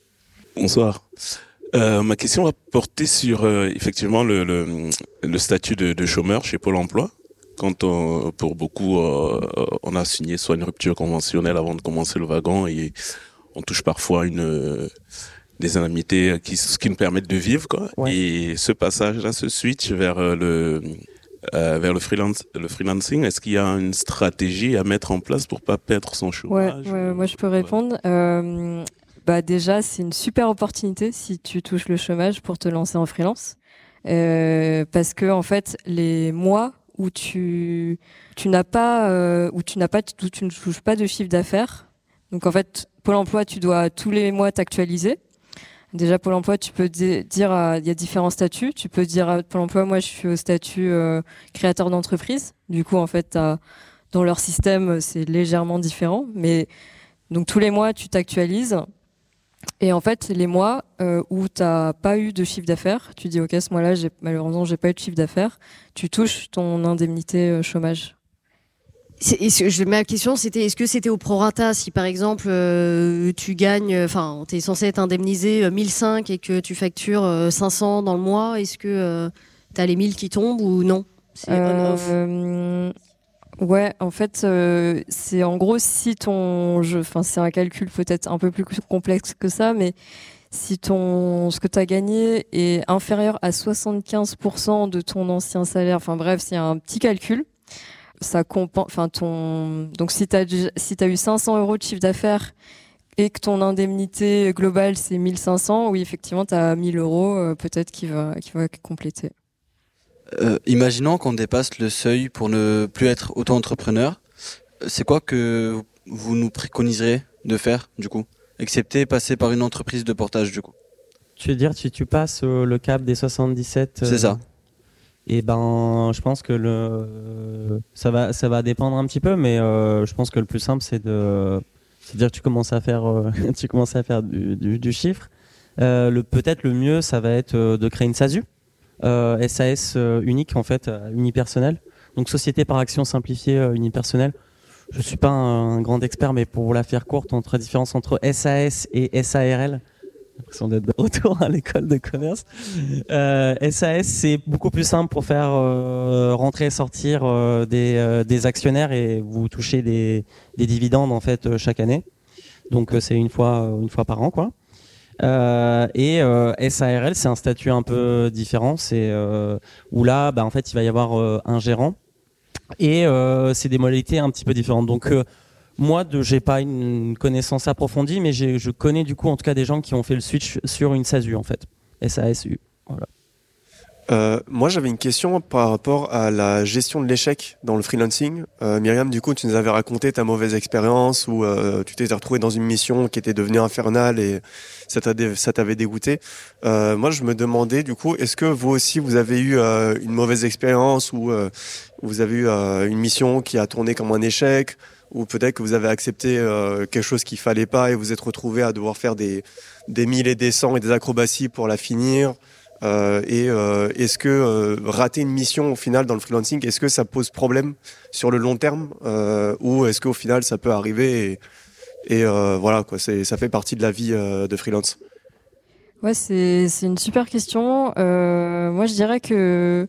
Bonsoir. Euh, ma question va porter sur euh, effectivement le, le, le statut de, de chômeur chez Pôle emploi. Quand on, pour beaucoup, euh, on a signé soit une rupture conventionnelle avant de commencer le wagon et on touche parfois une, euh, des indemnités qui, qui nous permettent de vivre, quoi. Ouais. Et ce passage-là, ce switch vers euh, le euh, vers le freelance, le freelancing, est-ce qu'il y a une stratégie à mettre en place pour pas perdre son Ouais, chômage? ouais, moi je peux répondre. Euh, bah déjà, c'est une super opportunité si tu touches le chômage pour te lancer en freelance, euh, parce que en fait, les mois où tu tu n'as pas euh, où tu n'as pas où tu ne touches pas de chiffre d'affaires, donc en fait, Pôle emploi, tu dois tous les mois t'actualiser. Déjà, Pôle emploi, tu peux di- dire, euh, il y a différents statuts. Tu peux dire à Pôle emploi, moi, je suis au statut euh, créateur d'entreprise. Du coup, en fait, t'as, dans leur système, c'est légèrement différent. Mais donc, tous les mois, tu t'actualises. Et en fait, les mois euh, où tu n'as pas eu de chiffre d'affaires, tu dis, OK, ce mois-là, j'ai, malheureusement, j'ai pas eu de chiffre d'affaires. Tu touches ton indemnité euh, chômage. C'est- est-ce que- je, ma question, c'était est-ce que c'était au prorata si par exemple euh, tu gagnes, enfin, tu es censé être indemnisé euh, mille cinq et que tu factures euh, cinq cents dans le mois, est-ce que tu as les mille qui tombent ou non? C'est on-off. Euh, ouais, en fait, euh, c'est en gros si ton, je, enfin, c'est un calcul peut-être un peu plus complexe que ça, mais si ton, ce que tu as gagné est inférieur à soixante-quinze pour cent de ton ancien salaire, enfin bref, c'est un petit calcul. Ça compense, enfin ton, donc si t'as si t'as eu cinq cents euros de chiffre d'affaires et que ton indemnité globale c'est mille cinq cents, oui effectivement t'as mille euros euh, peut-être qui va qui va compléter. Euh, imaginons qu'on dépasse le seuil pour ne plus être auto-entrepreneur. C'est quoi que vous nous préconiserez de faire du coup, excepté passer par une entreprise de portage du coup? Tu veux dire, si tu passes euh, le cap des soixante-dix-sept. C'est ça. Et ben, je pense que le ça va ça va dépendre un petit peu, mais euh, je pense que le plus simple c'est de c'est de dire que tu commences à faire euh, tu commences à faire du, du, du chiffre. Euh, le peut-être le mieux ça va être euh, de créer une SASU, euh, S A S euh, unique en fait, euh, unipersonnelle. Donc société par action simplifiée euh, unipersonnelle. Je suis pas un, un grand expert, mais pour vous la faire courte, entre la différence entre S A S et S A R L. J'ai l'impression d'être de retour à l'école de commerce. Euh, S A S, c'est beaucoup plus simple pour faire euh, rentrer et sortir euh, des, euh, des actionnaires et vous touchez des, des dividendes en fait euh, chaque année. Donc euh, c'est une fois, euh, une fois par an, quoi. Euh, et euh, S A R L, c'est un statut un peu différent. C'est euh, où là, bah, en fait, il va y avoir euh, un gérant et euh, c'est des modalités un petit peu différentes. Donc euh, moi, de, j'ai pas une connaissance approfondie, mais j'ai, je connais du coup en tout cas des gens qui ont fait le switch sur une SASU en fait, S A S U. Voilà. Euh, moi, j'avais une question par rapport à la gestion de l'échec dans le freelancing. Euh, Myriam, du coup, tu nous avais raconté ta mauvaise expérience où euh, tu t'es retrouvé dans une mission qui était devenue infernale et ça, t'a dé- ça t'avait dégoûté. Euh, moi, je me demandais, du coup, est-ce que vous aussi, vous avez eu euh, une mauvaise expérience ou euh, vous avez eu euh, une mission qui a tourné comme un échec, ou peut-être que vous avez accepté euh, quelque chose qu'il fallait pas et vous êtes retrouvé à devoir faire des, des mille et des cents et des acrobaties pour la finir. Euh, et euh, est-ce que euh, rater une mission au final dans le freelancing, est-ce que ça pose problème sur le long terme, euh, ou est-ce qu'au final ça peut arriver et, et euh, voilà quoi, c'est, ça fait partie de la vie euh, de freelance? Ouais, c'est c'est une super question. Euh, moi, je dirais que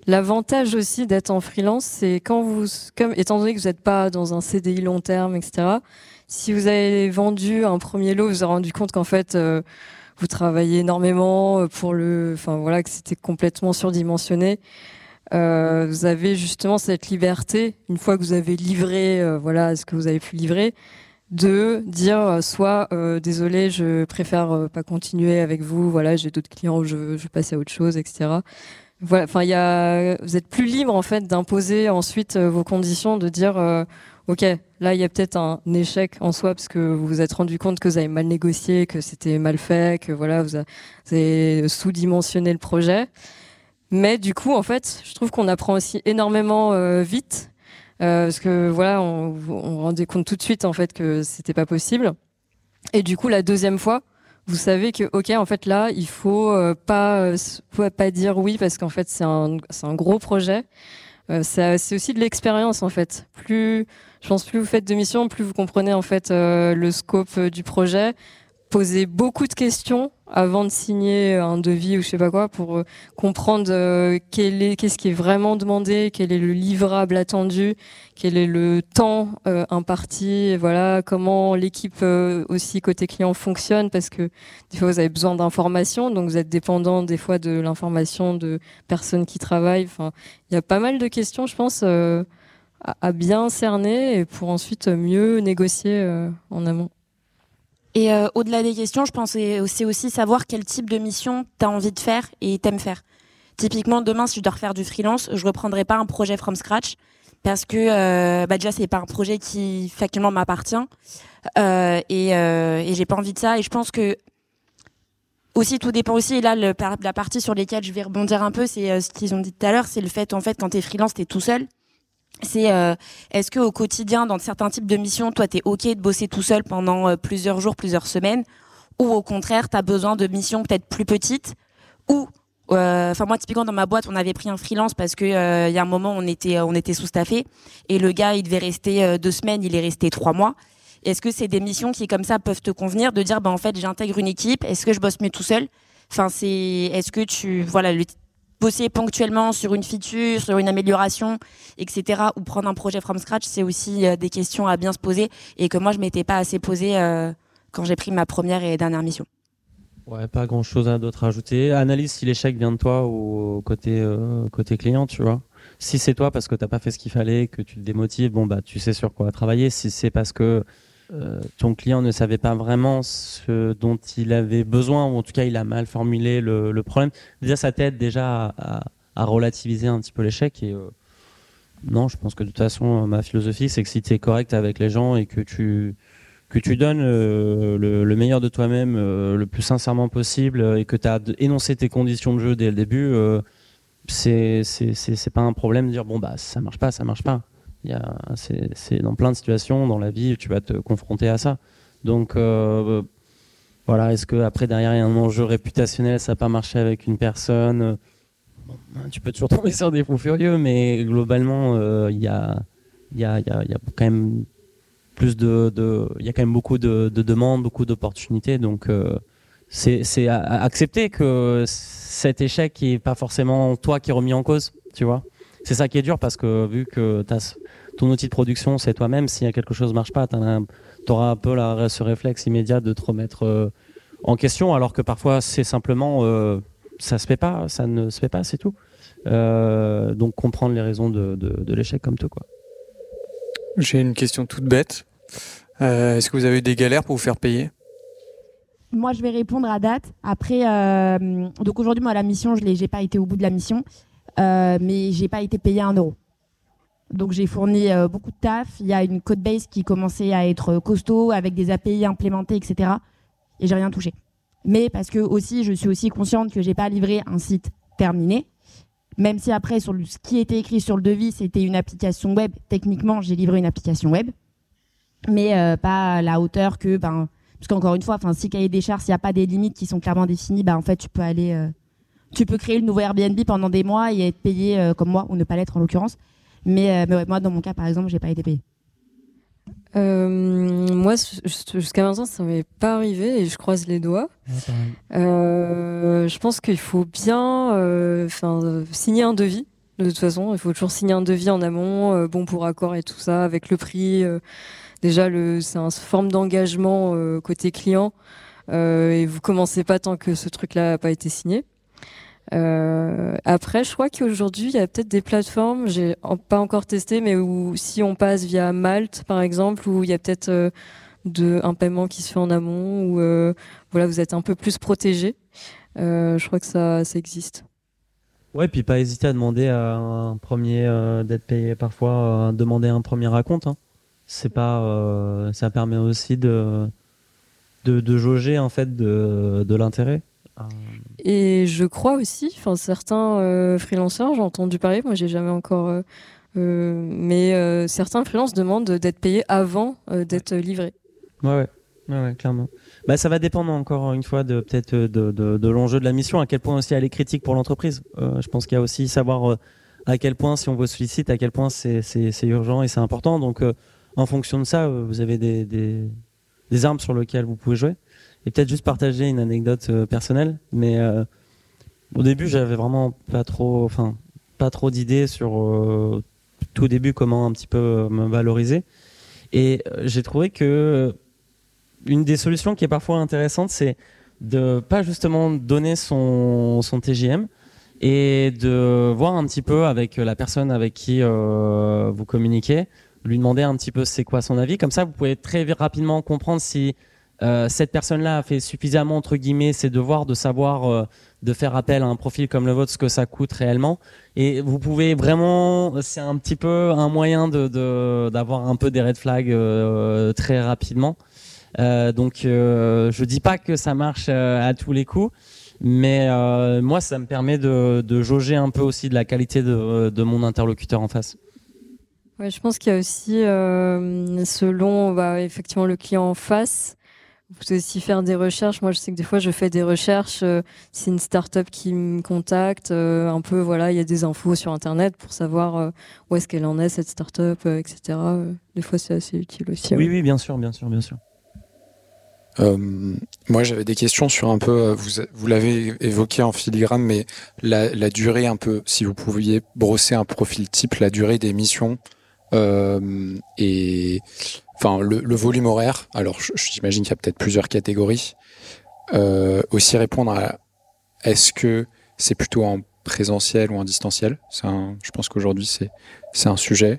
L'avantage aussi d'être en freelance, c'est quand vous, comme étant donné que vous n'êtes pas dans un C D I long terme, et cetera. Si vous avez vendu un premier lot, vous vous êtes rendu compte qu'en fait euh, vous travaillez énormément pour le, enfin voilà, que c'était complètement surdimensionné. Euh, vous avez justement cette liberté, une fois que vous avez livré, euh, voilà, ce que vous avez pu livrer, de dire euh, soit euh, désolé, je préfère euh, pas continuer avec vous, voilà, j'ai d'autres clients, je, je vais passer à autre chose, et cetera. Voilà, enfin, il y a, vous êtes plus libre en fait d'imposer ensuite euh, vos conditions, de dire euh, ok, là il y a peut-être un échec en soi parce que vous vous êtes rendu compte que vous avez mal négocié, que c'était mal fait, que voilà, vous, a, vous avez sous-dimensionné le projet. Mais du coup, en fait, je trouve qu'on apprend aussi énormément euh, vite. Euh, parce que voilà, on, on rendait compte tout de suite en fait que c'était pas possible. Et du coup, la deuxième fois, vous savez que ok, en fait là, il faut euh, pas euh, faut pas dire oui parce qu'en fait c'est un c'est un gros projet. Euh, c'est, c'est aussi de l'expérience en fait. Plus je pense plus vous faites de missions, plus vous comprenez en fait euh, le scope euh, du projet. Poser beaucoup de questions avant de signer un devis ou je sais pas quoi pour euh, comprendre euh, quel est, qu'est-ce qui est vraiment demandé, quel est le livrable attendu, quel est le temps euh, imparti, voilà, comment l'équipe euh, aussi côté client fonctionne parce que des fois vous avez besoin d'informations, donc vous êtes dépendant des fois de l'information de personnes qui travaillent. Enfin, il y a pas mal de questions, je pense, euh, à, à bien cerner et pour ensuite mieux négocier euh, en amont. Et euh, au-delà des questions, je pense que c'est aussi savoir quel type de mission tu as envie de faire et t'aimes faire. Typiquement, demain, si je dois refaire du freelance, je reprendrai pas un projet from scratch parce que euh, bah déjà, c'est pas un projet qui factuellement m'appartient euh, et, euh, et j'ai pas envie de ça. Et je pense que aussi, tout dépend aussi. Et là, le, la partie sur laquelle je vais rebondir un peu, c'est euh, ce qu'ils ont dit tout à l'heure, c'est le fait, en fait, quand t'es freelance, t'es tout seul. C'est euh, est-ce que au quotidien, dans certains types de missions, toi, t'es ok de bosser tout seul pendant euh, plusieurs jours, plusieurs semaines, ou au contraire, t'as besoin de missions peut-être plus petites, ou enfin euh, moi typiquement dans ma boîte, on avait pris un freelance parce que il euh, y a un moment on était on était sous-staffé et le gars il devait rester euh, deux semaines, il est resté trois mois. Est-ce que c'est des missions qui comme ça peuvent te convenir de dire bah en fait j'intègre une équipe, est-ce que je bosse mieux tout seul? Enfin c'est est-ce que tu voilà le bosser ponctuellement sur une feature, sur une amélioration, et cetera, ou prendre un projet from scratch, c'est aussi euh, des questions à bien se poser et que moi, je ne m'étais pas assez posé euh, quand j'ai pris ma première et dernière mission. Ouais, pas grand-chose d'autre à ajouter. Analyse si l'échec vient de toi ou côté, euh, côté client, tu vois. Si c'est toi parce que tu n'as pas fait ce qu'il fallait, que tu te démotives, bon, bah, tu sais sur quoi travailler. Si c'est parce que euh, ton client ne savait pas vraiment ce dont il avait besoin, ou en tout cas il a mal formulé le, le problème, déjà ça t'aide déjà à, à, à relativiser un petit peu l'échec. Et euh, non, je pense que de toute façon ma philosophie c'est que si tu es correct avec les gens et que tu, que tu donnes euh, le, le meilleur de toi-même euh, le plus sincèrement possible et que tu as énoncé tes conditions de jeu dès le début, euh, c'est, c'est, c'est, c'est pas un problème de dire bon bah ça marche pas, ça marche pas. Il y a, c'est, c'est dans plein de situations dans la vie, tu vas te confronter à ça. Donc euh, voilà, est-ce que après derrière il y a un enjeu réputationnel, ça n'a pas marché avec une personne, bon, tu peux toujours tomber sur des fous furieux, mais globalement euh, il y a, il y a, il y a, il y a quand même plus de, de, il y a quand même beaucoup de, de demandes, beaucoup d'opportunités, donc euh, c'est, c'est à, à accepter que cet échec n'est pas forcément toi qui est remis en cause, tu vois. C'est ça qui est dur parce que vu que t'as ton outil de production, c'est toi-même, s'il y a quelque chose qui ne marche pas, tu auras un peu la, ce réflexe immédiat de te remettre euh, en question, alors que parfois c'est simplement euh, ça se fait pas, ça ne se fait pas, c'est tout. Euh, donc comprendre les raisons de, de, de l'échec comme tout, quoi. J'ai une question toute bête. Euh, est-ce que vous avez eu des galères pour vous faire payer? Moi, je vais répondre à date. Après, euh, donc aujourd'hui, moi, la mission, je n'ai j'ai pas été au bout de la mission. Euh, mais j'ai pas été payé un euro. Donc j'ai fourni euh, beaucoup de taf. Il y a une code base qui commençait à être costaud avec des A P I implémentés, et cetera. Et j'ai rien touché. Mais parce que aussi, je suis aussi consciente que j'ai pas livré un site terminé. Même si après, sur le, ce qui était écrit sur le devis, c'était une application web. Techniquement, j'ai livré une application web, mais euh, pas à la hauteur que, ben, parce qu'encore une fois, enfin, si cahier des charges, s'il n'y a pas des limites qui sont clairement définies, ben en fait, tu peux aller euh, tu peux créer le nouveau Airbnb pendant des mois et être payé euh, comme moi, ou ne pas l'être en l'occurrence. Mais, euh, mais ouais, moi, dans mon cas, par exemple, j'ai pas été payé. Euh, moi, jusqu'à maintenant, ça m'est pas arrivé et je croise les doigts. Euh, je pense qu'il faut bien euh, signer un devis De toute façon, il faut toujours signer un devis en amont, euh, bon pour accord et tout ça, avec le prix. Euh, déjà, le, c'est une forme d'engagement euh, côté client. Euh, et vous commencez pas tant que ce truc-là n'a pas été signé. Euh, après, je crois qu'aujourd'hui, il y a peut-être des plateformes, j'ai en, pas encore testé, mais où si on passe via Malte, par exemple, où il y a peut-être euh, de, un paiement qui se fait en amont, où euh, voilà, vous êtes un peu plus protégé. Euh, je crois que ça, ça existe. Ouais, puis pas hésiter à demander à un premier euh, d'être payé parfois, euh, demander un premier raconte. Hein. C'est pas, euh, ça permet aussi de, de, de jauger en fait de, de l'intérêt. Et je crois aussi, enfin certains euh, freelanceurs, j'ai entendu parler, moi j'ai jamais encore, euh, euh, mais euh, certains freelances demandent d'être payés avant euh, d'être livrés. Ouais, ouais, ouais, ouais, clairement. Bah ça va dépendre encore une fois de peut-être de, de, de l'enjeu de la mission, à quel point aussi elle est critique pour l'entreprise. Euh, je pense qu'il y a aussi savoir euh, à quel point si on vous sollicite, à quel point c'est c'est, c'est urgent et c'est important. Donc euh, en fonction de ça, euh, vous avez des, des des armes sur lesquelles vous pouvez jouer. Et peut-être juste partager une anecdote euh, personnelle, mais euh, au début j'avais vraiment pas trop, enfin pas trop d'idées sur euh, tout début comment un petit peu euh, me valoriser. Et euh, j'ai trouvé que une des solutions qui est parfois intéressante, c'est de pas justement donner son son T J M et de voir un petit peu avec la personne avec qui euh, vous communiquez, lui demander un petit peu c'est quoi son avis. Comme ça, vous pouvez très rapidement comprendre si Euh, cette personne-là a fait suffisamment entre guillemets ses devoirs de savoir euh, de faire appel à un profil comme le vôtre, ce que ça coûte réellement. Et vous pouvez vraiment, c'est un petit peu un moyen de, de d'avoir un peu des red flags euh, très rapidement. Euh, donc euh, je dis pas que ça marche euh, à tous les coups, mais euh, moi ça me permet de, de jauger un peu aussi de la qualité de, de mon interlocuteur en face. Ouais, je pense qu'il y a aussi euh, selon bah, effectivement le client en face. Vous pouvez aussi faire des recherches. Moi, je sais que des fois, je fais des recherches. Euh, c'est une start-up qui me contacte. Euh, un peu, voilà, il y a des infos sur Internet pour savoir euh, où est-ce qu'elle en est, cette start-up, euh, et cetera. Euh, des fois, c'est assez utile aussi. Oui, ouais. oui, bien sûr, bien sûr, bien sûr. Euh, moi, j'avais des questions sur un peu, vous, vous l'avez évoqué en filigrane, mais la, la durée un peu, si vous pouviez brosser un profil type, la durée des missions euh, et... Enfin, le, le volume horaire, alors j'imagine qu'il y a peut-être plusieurs catégories. Euh, aussi répondre à est-ce que c'est plutôt en présentiel ou en distanciel. C'est un, je pense qu'aujourd'hui, c'est, c'est un sujet.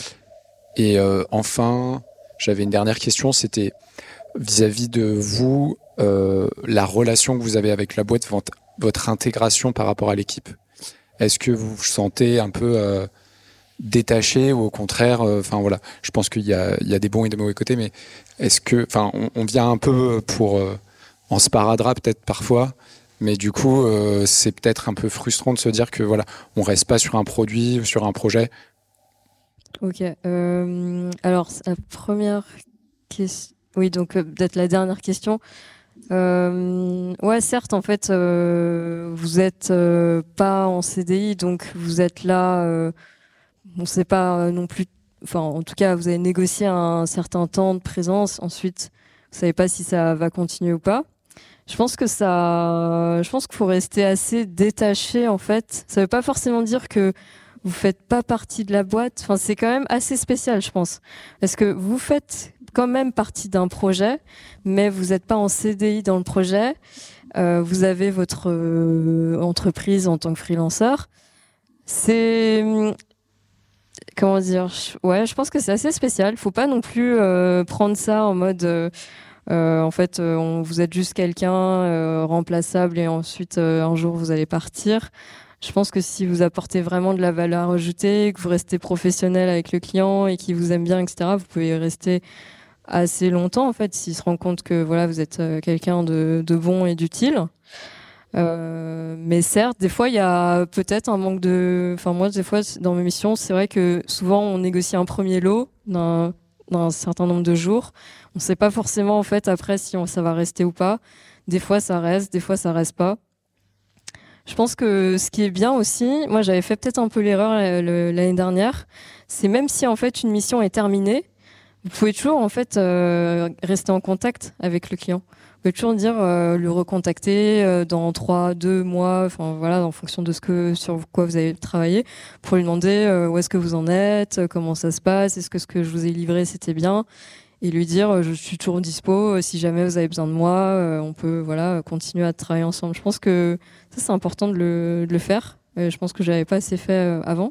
Et euh, enfin, j'avais une dernière question, c'était vis-à-vis de vous, euh, la relation que vous avez avec la boîte, votre, votre intégration par rapport à l'équipe. Est-ce que vous vous sentez un peu... Euh, détaché ou au contraire, enfin euh, voilà, je pense qu'il y a, il y a des bons et des mauvais côtés, mais est-ce que, enfin, on, on vient un peu pour euh, en sparadrap peut-être parfois, mais du coup, euh, c'est peut-être un peu frustrant de se dire que voilà, on reste pas sur un produit ou sur un projet. Ok. Euh, alors la première question, oui, donc euh, peut-être la dernière question. Euh, ouais, certes, en fait, euh, vous êtes euh, pas en C D I, donc vous êtes là. Euh, On ne sait pas non plus, enfin en tout cas vous avez négocié un certain temps de présence, ensuite vous savez pas si ça va continuer ou pas. Je pense que ça, je pense qu'il faut rester assez détaché en fait. Ça veut pas forcément dire que vous faites pas partie de la boîte, enfin c'est quand même assez spécial je pense. Parce que vous faites quand même partie d'un projet, mais vous n'êtes pas en C D I dans le projet. Euh, vous avez votre euh, entreprise en tant que freelanceur. C'est... Comment dire, ouais, je pense que c'est assez spécial. Faut pas non plus euh, prendre ça en mode, euh, euh, en fait, euh, on, vous êtes juste quelqu'un euh, remplaçable et ensuite euh, un jour vous allez partir. Je pense que si vous apportez vraiment de la valeur ajoutée, que vous restez professionnel avec le client et qu'il vous aime bien, et cetera, vous pouvez rester assez longtemps en fait, s'il se rend compte que voilà, vous êtes euh, quelqu'un de, de bon et d'utile. Euh, mais certes, des fois, il y a peut-être un manque de... Enfin, moi, des fois, dans mes missions, c'est vrai que souvent, on négocie un premier lot d'un, d'un certain nombre de jours. On ne sait pas forcément, en fait, après, si on, ça va rester ou pas. Des fois, ça reste, des fois, ça reste pas. Je pense que ce qui est bien aussi, moi, j'avais fait peut-être un peu l'erreur l'année dernière, c'est même si, en fait, une mission est terminée, vous pouvez toujours en fait euh, rester en contact avec le client. Vous pouvez toujours dire euh, le recontacter euh, dans trois, deux mois, enfin voilà, en fonction de ce que sur quoi vous avez travaillé, pour lui demander euh, où est-ce que vous en êtes, euh, comment ça se passe, est-ce que ce que je vous ai livré c'était bien, et lui dire euh, je suis toujours dispo, euh, si jamais vous avez besoin de moi, euh, on peut voilà continuer à travailler ensemble. Je pense que ça c'est important de le, de le faire. Euh, je pense que j'avais pas assez fait euh, avant.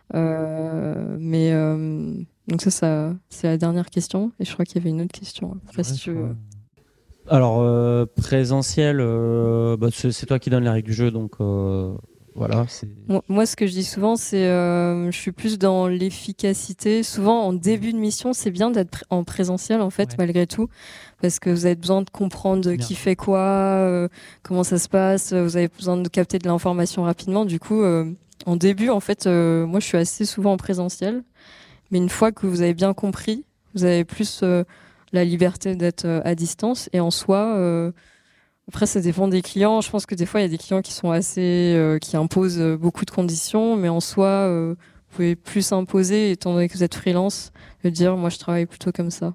Euh, mais euh, donc ça, ça c'est la dernière question et je crois qu'il y avait une autre question après, si tu veux. Alors euh, présentiel, euh, bah, c'est, c'est toi qui donnes les règles du jeu, donc euh, voilà. C'est... Moi, moi, ce que je dis souvent, c'est euh, je suis plus dans l'efficacité. Souvent, en début de mission, c'est bien d'être pr- en présentiel, en fait, ouais. malgré tout, parce que vous avez besoin de comprendre bien. Qui fait quoi, euh, comment ça se passe. Vous avez besoin de capter de l'information rapidement. Du coup, euh, en début, en fait, euh, moi, je suis assez souvent en présentiel. Mais une fois que vous avez bien compris, vous avez plus euh, la liberté d'être euh, à distance. Et en soi, euh, après, ça dépend des clients. Je pense que des fois, il y a des clients qui sont assez, euh, qui imposent euh, beaucoup de conditions. Mais en soi, euh, vous pouvez plus imposer, étant donné que vous êtes freelance, de dire, moi, je travaille plutôt comme ça.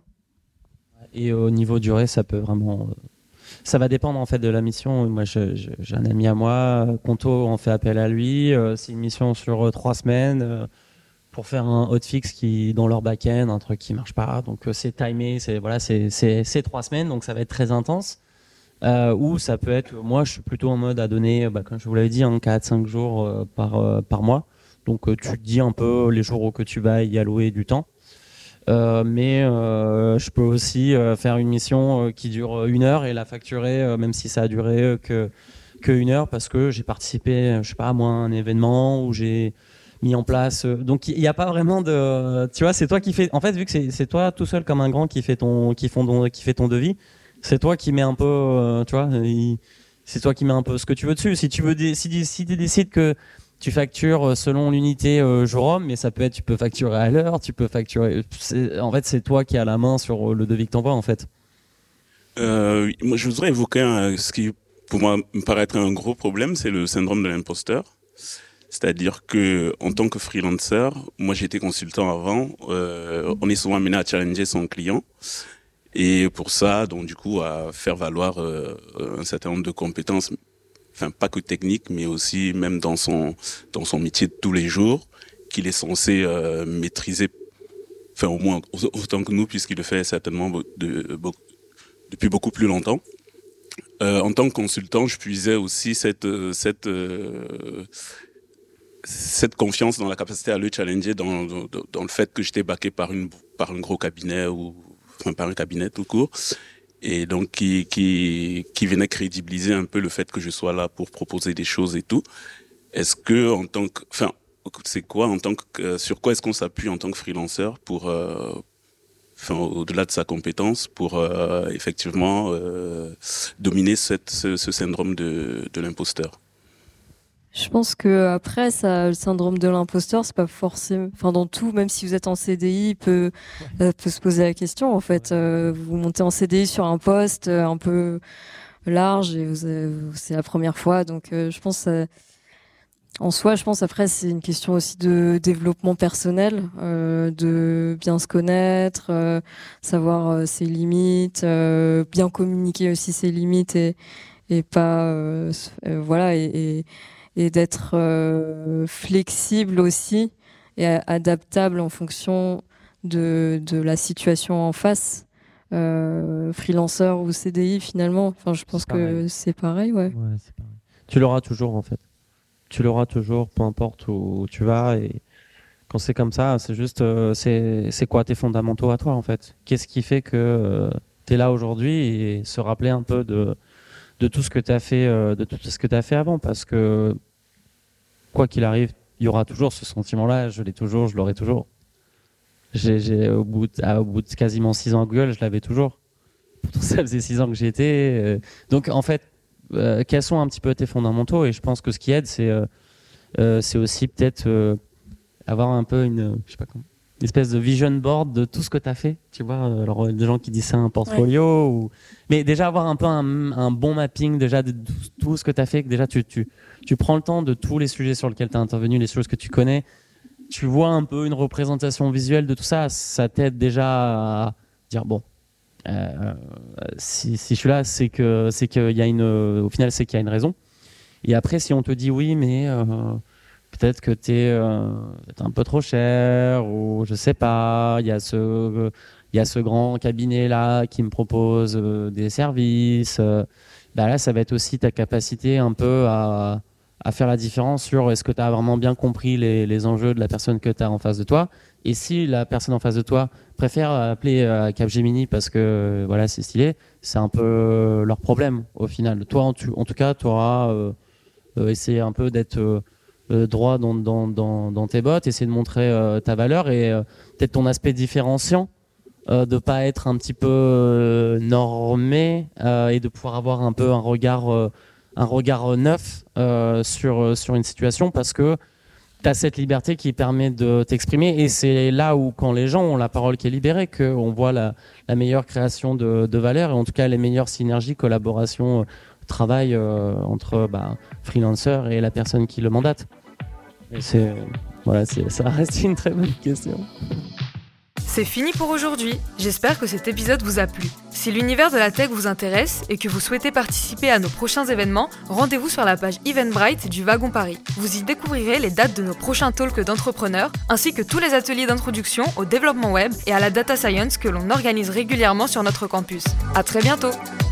Et au niveau durée, ça peut vraiment... Euh... Ça va dépendre en fait de la mission. Moi, je, je, j'ai un ami à moi, Conto, on fait appel à lui. Euh, c'est une mission sur euh, trois semaines euh, pour faire un hotfix qui dans leur back-end, un truc qui marche pas. Donc euh, c'est timé, c'est voilà, c'est, c'est c'est trois semaines, donc ça va être très intense. Euh, ou ça peut être, moi, je suis plutôt en mode à donner, bah, comme je vous l'avais dit, hein, quatre à cinq jours euh, par euh, par mois. Donc euh, tu te dis un peu les jours que tu vas y allouer du temps. Euh, mais euh, je peux aussi euh, faire une mission euh, qui dure une heure et la facturer euh, même si ça a duré euh, que que une heure parce que j'ai participé, je sais pas moi, à un événement où j'ai mis en place. Euh, donc il n'y a pas vraiment de, tu vois, c'est toi qui fais. En fait, vu que c'est c'est toi tout seul comme un grand qui fait ton qui font ton, qui fait ton devis, c'est toi qui mets un peu, euh, tu vois, il, c'est toi qui mets un peu ce que tu veux dessus. Si tu veux, dé, si si tu décides que tu factures selon l'unité euh, jour-homme, mais ça peut être, tu peux facturer à l'heure, tu peux facturer. C'est, en fait, c'est toi qui as la main sur le devis que t'envoies, en fait. Euh, moi, je voudrais évoquer un, ce qui, pour moi, me paraît être un gros problème, c'est le syndrome de l'imposteur. C'est-à-dire que, en tant que freelancer, moi, j'étais consultant avant. Euh, on est souvent amené à challenger son client. Et pour ça, donc, du coup, à faire valoir euh, un certain nombre de compétences. Enfin, pas que technique, mais aussi même dans son dans son métier de tous les jours, qu'il est censé euh, maîtriser, enfin au moins autant que nous, puisqu'il le fait certainement de, de, depuis beaucoup plus longtemps. Euh, en tant que consultant, je puisais aussi cette cette euh, cette confiance dans la capacité à le challenger, dans dans, dans le fait que j'étais backé par une par un gros cabinet ou enfin par un cabinet tout court. Et donc qui qui qui venait crédibiliser un peu le fait que je sois là pour proposer des choses et tout. Est-ce que en tant que, enfin, c'est quoi en tant que, sur quoi est-ce qu'on s'appuie en tant que freelanceur pour, euh, enfin, au-delà de sa compétence, pour euh, effectivement euh, dominer cette, ce, ce syndrome de de l'imposteur? Je pense que après, ça, le syndrome de l'imposteur, c'est pas forcément, enfin dans tout, même si vous êtes en C D I, il peut, ouais. euh, peut se poser la question. En fait, euh, vous montez en C D I sur un poste euh, un peu large et vous avez, c'est la première fois, donc euh, je pense, euh, en soi, je pense après c'est une question aussi de développement personnel, euh, de bien se connaître, euh, savoir euh, ses limites, euh, bien communiquer aussi ses limites et et pas, euh, euh, voilà et, et et d'être euh, flexible aussi et a- adaptable en fonction de, de la situation en face. Euh, freelanceur ou C D I finalement, enfin, je pense que c'est pareil. Ouais. Ouais, c'est pareil. Tu l'auras toujours en fait. Tu l'auras toujours, peu importe où tu vas. Et quand c'est comme ça, c'est juste, euh, c'est, c'est quoi tes fondamentaux à toi en fait? Qu'est-ce qui fait que euh, tu es là aujourd'hui et se rappeler un peu de de tout ce que tu as fait euh, de tout ce que tu as fait avant, parce que quoi qu'il arrive, il y aura toujours ce sentiment-là, je l'ai toujours, je l'aurai toujours. J'ai, j'ai au bout de, à, au bout de quasiment six ans à Google, je l'avais toujours. Pourtant ça faisait six ans que j'y étais. Euh, donc en fait, euh, quels sont un petit peu tes fondamentaux? Et je pense que ce qui aide, c'est euh, euh, c'est aussi peut-être euh, avoir un peu une, je sais pas comment, une espèce de vision board de tout ce que tu as fait, tu vois. Alors des gens qui disent ça un portfolio, ouais. ou... mais déjà avoir un peu un, un bon mapping déjà de tout, tout ce que tu as fait, que déjà tu, tu, tu prends le temps de tous les sujets sur lesquels tu as intervenu, les choses que tu connais, tu vois un peu une représentation visuelle de tout ça, ça t'aide déjà à dire bon, euh, si, si je suis là, c'est que c'est qu'il y a une, au final, c'est qu'il y a une raison. Et après, si on te dit oui, mais euh, peut-être que t'es euh, un peu trop cher ou je sais pas, il y a ce, il y a ce grand cabinet là qui me propose euh, des services. Euh, bah là, ça va être aussi ta capacité un peu à à faire la différence sur est-ce que tu as vraiment bien compris les, les enjeux de la personne que tu as en face de toi. Et si la personne en face de toi préfère appeler euh, Capgemini parce que voilà, c'est stylé, c'est un peu leur problème au final. Toi, en, tu, en tout cas, tu auras euh, euh, essayé un peu d'être euh, droit dans, dans, dans, dans tes bottes, essayer de montrer euh, ta valeur et euh, peut-être ton aspect différenciant, euh, de ne pas être un petit peu euh, normé euh, et de pouvoir avoir un peu un regard... Euh, un regard neuf euh, sur, sur une situation parce que tu as cette liberté qui permet de t'exprimer et c'est là où quand les gens ont la parole qui est libérée qu'on voit la, la meilleure création de, de valeur et en tout cas les meilleures synergies, collaborations, euh, travail euh, entre bah, freelancer et la personne qui le mandate. Et c'est, voilà, c'est, ça reste une très bonne question. C'est fini pour aujourd'hui, j'espère que cet épisode vous a plu. Si l'univers de la tech vous intéresse et que vous souhaitez participer à nos prochains événements, rendez-vous sur la page Eventbrite du Wagon Paris. Vous y découvrirez les dates de nos prochains talks d'entrepreneurs, ainsi que tous les ateliers d'introduction au développement web et à la data science que l'on organise régulièrement sur notre campus. À très bientôt!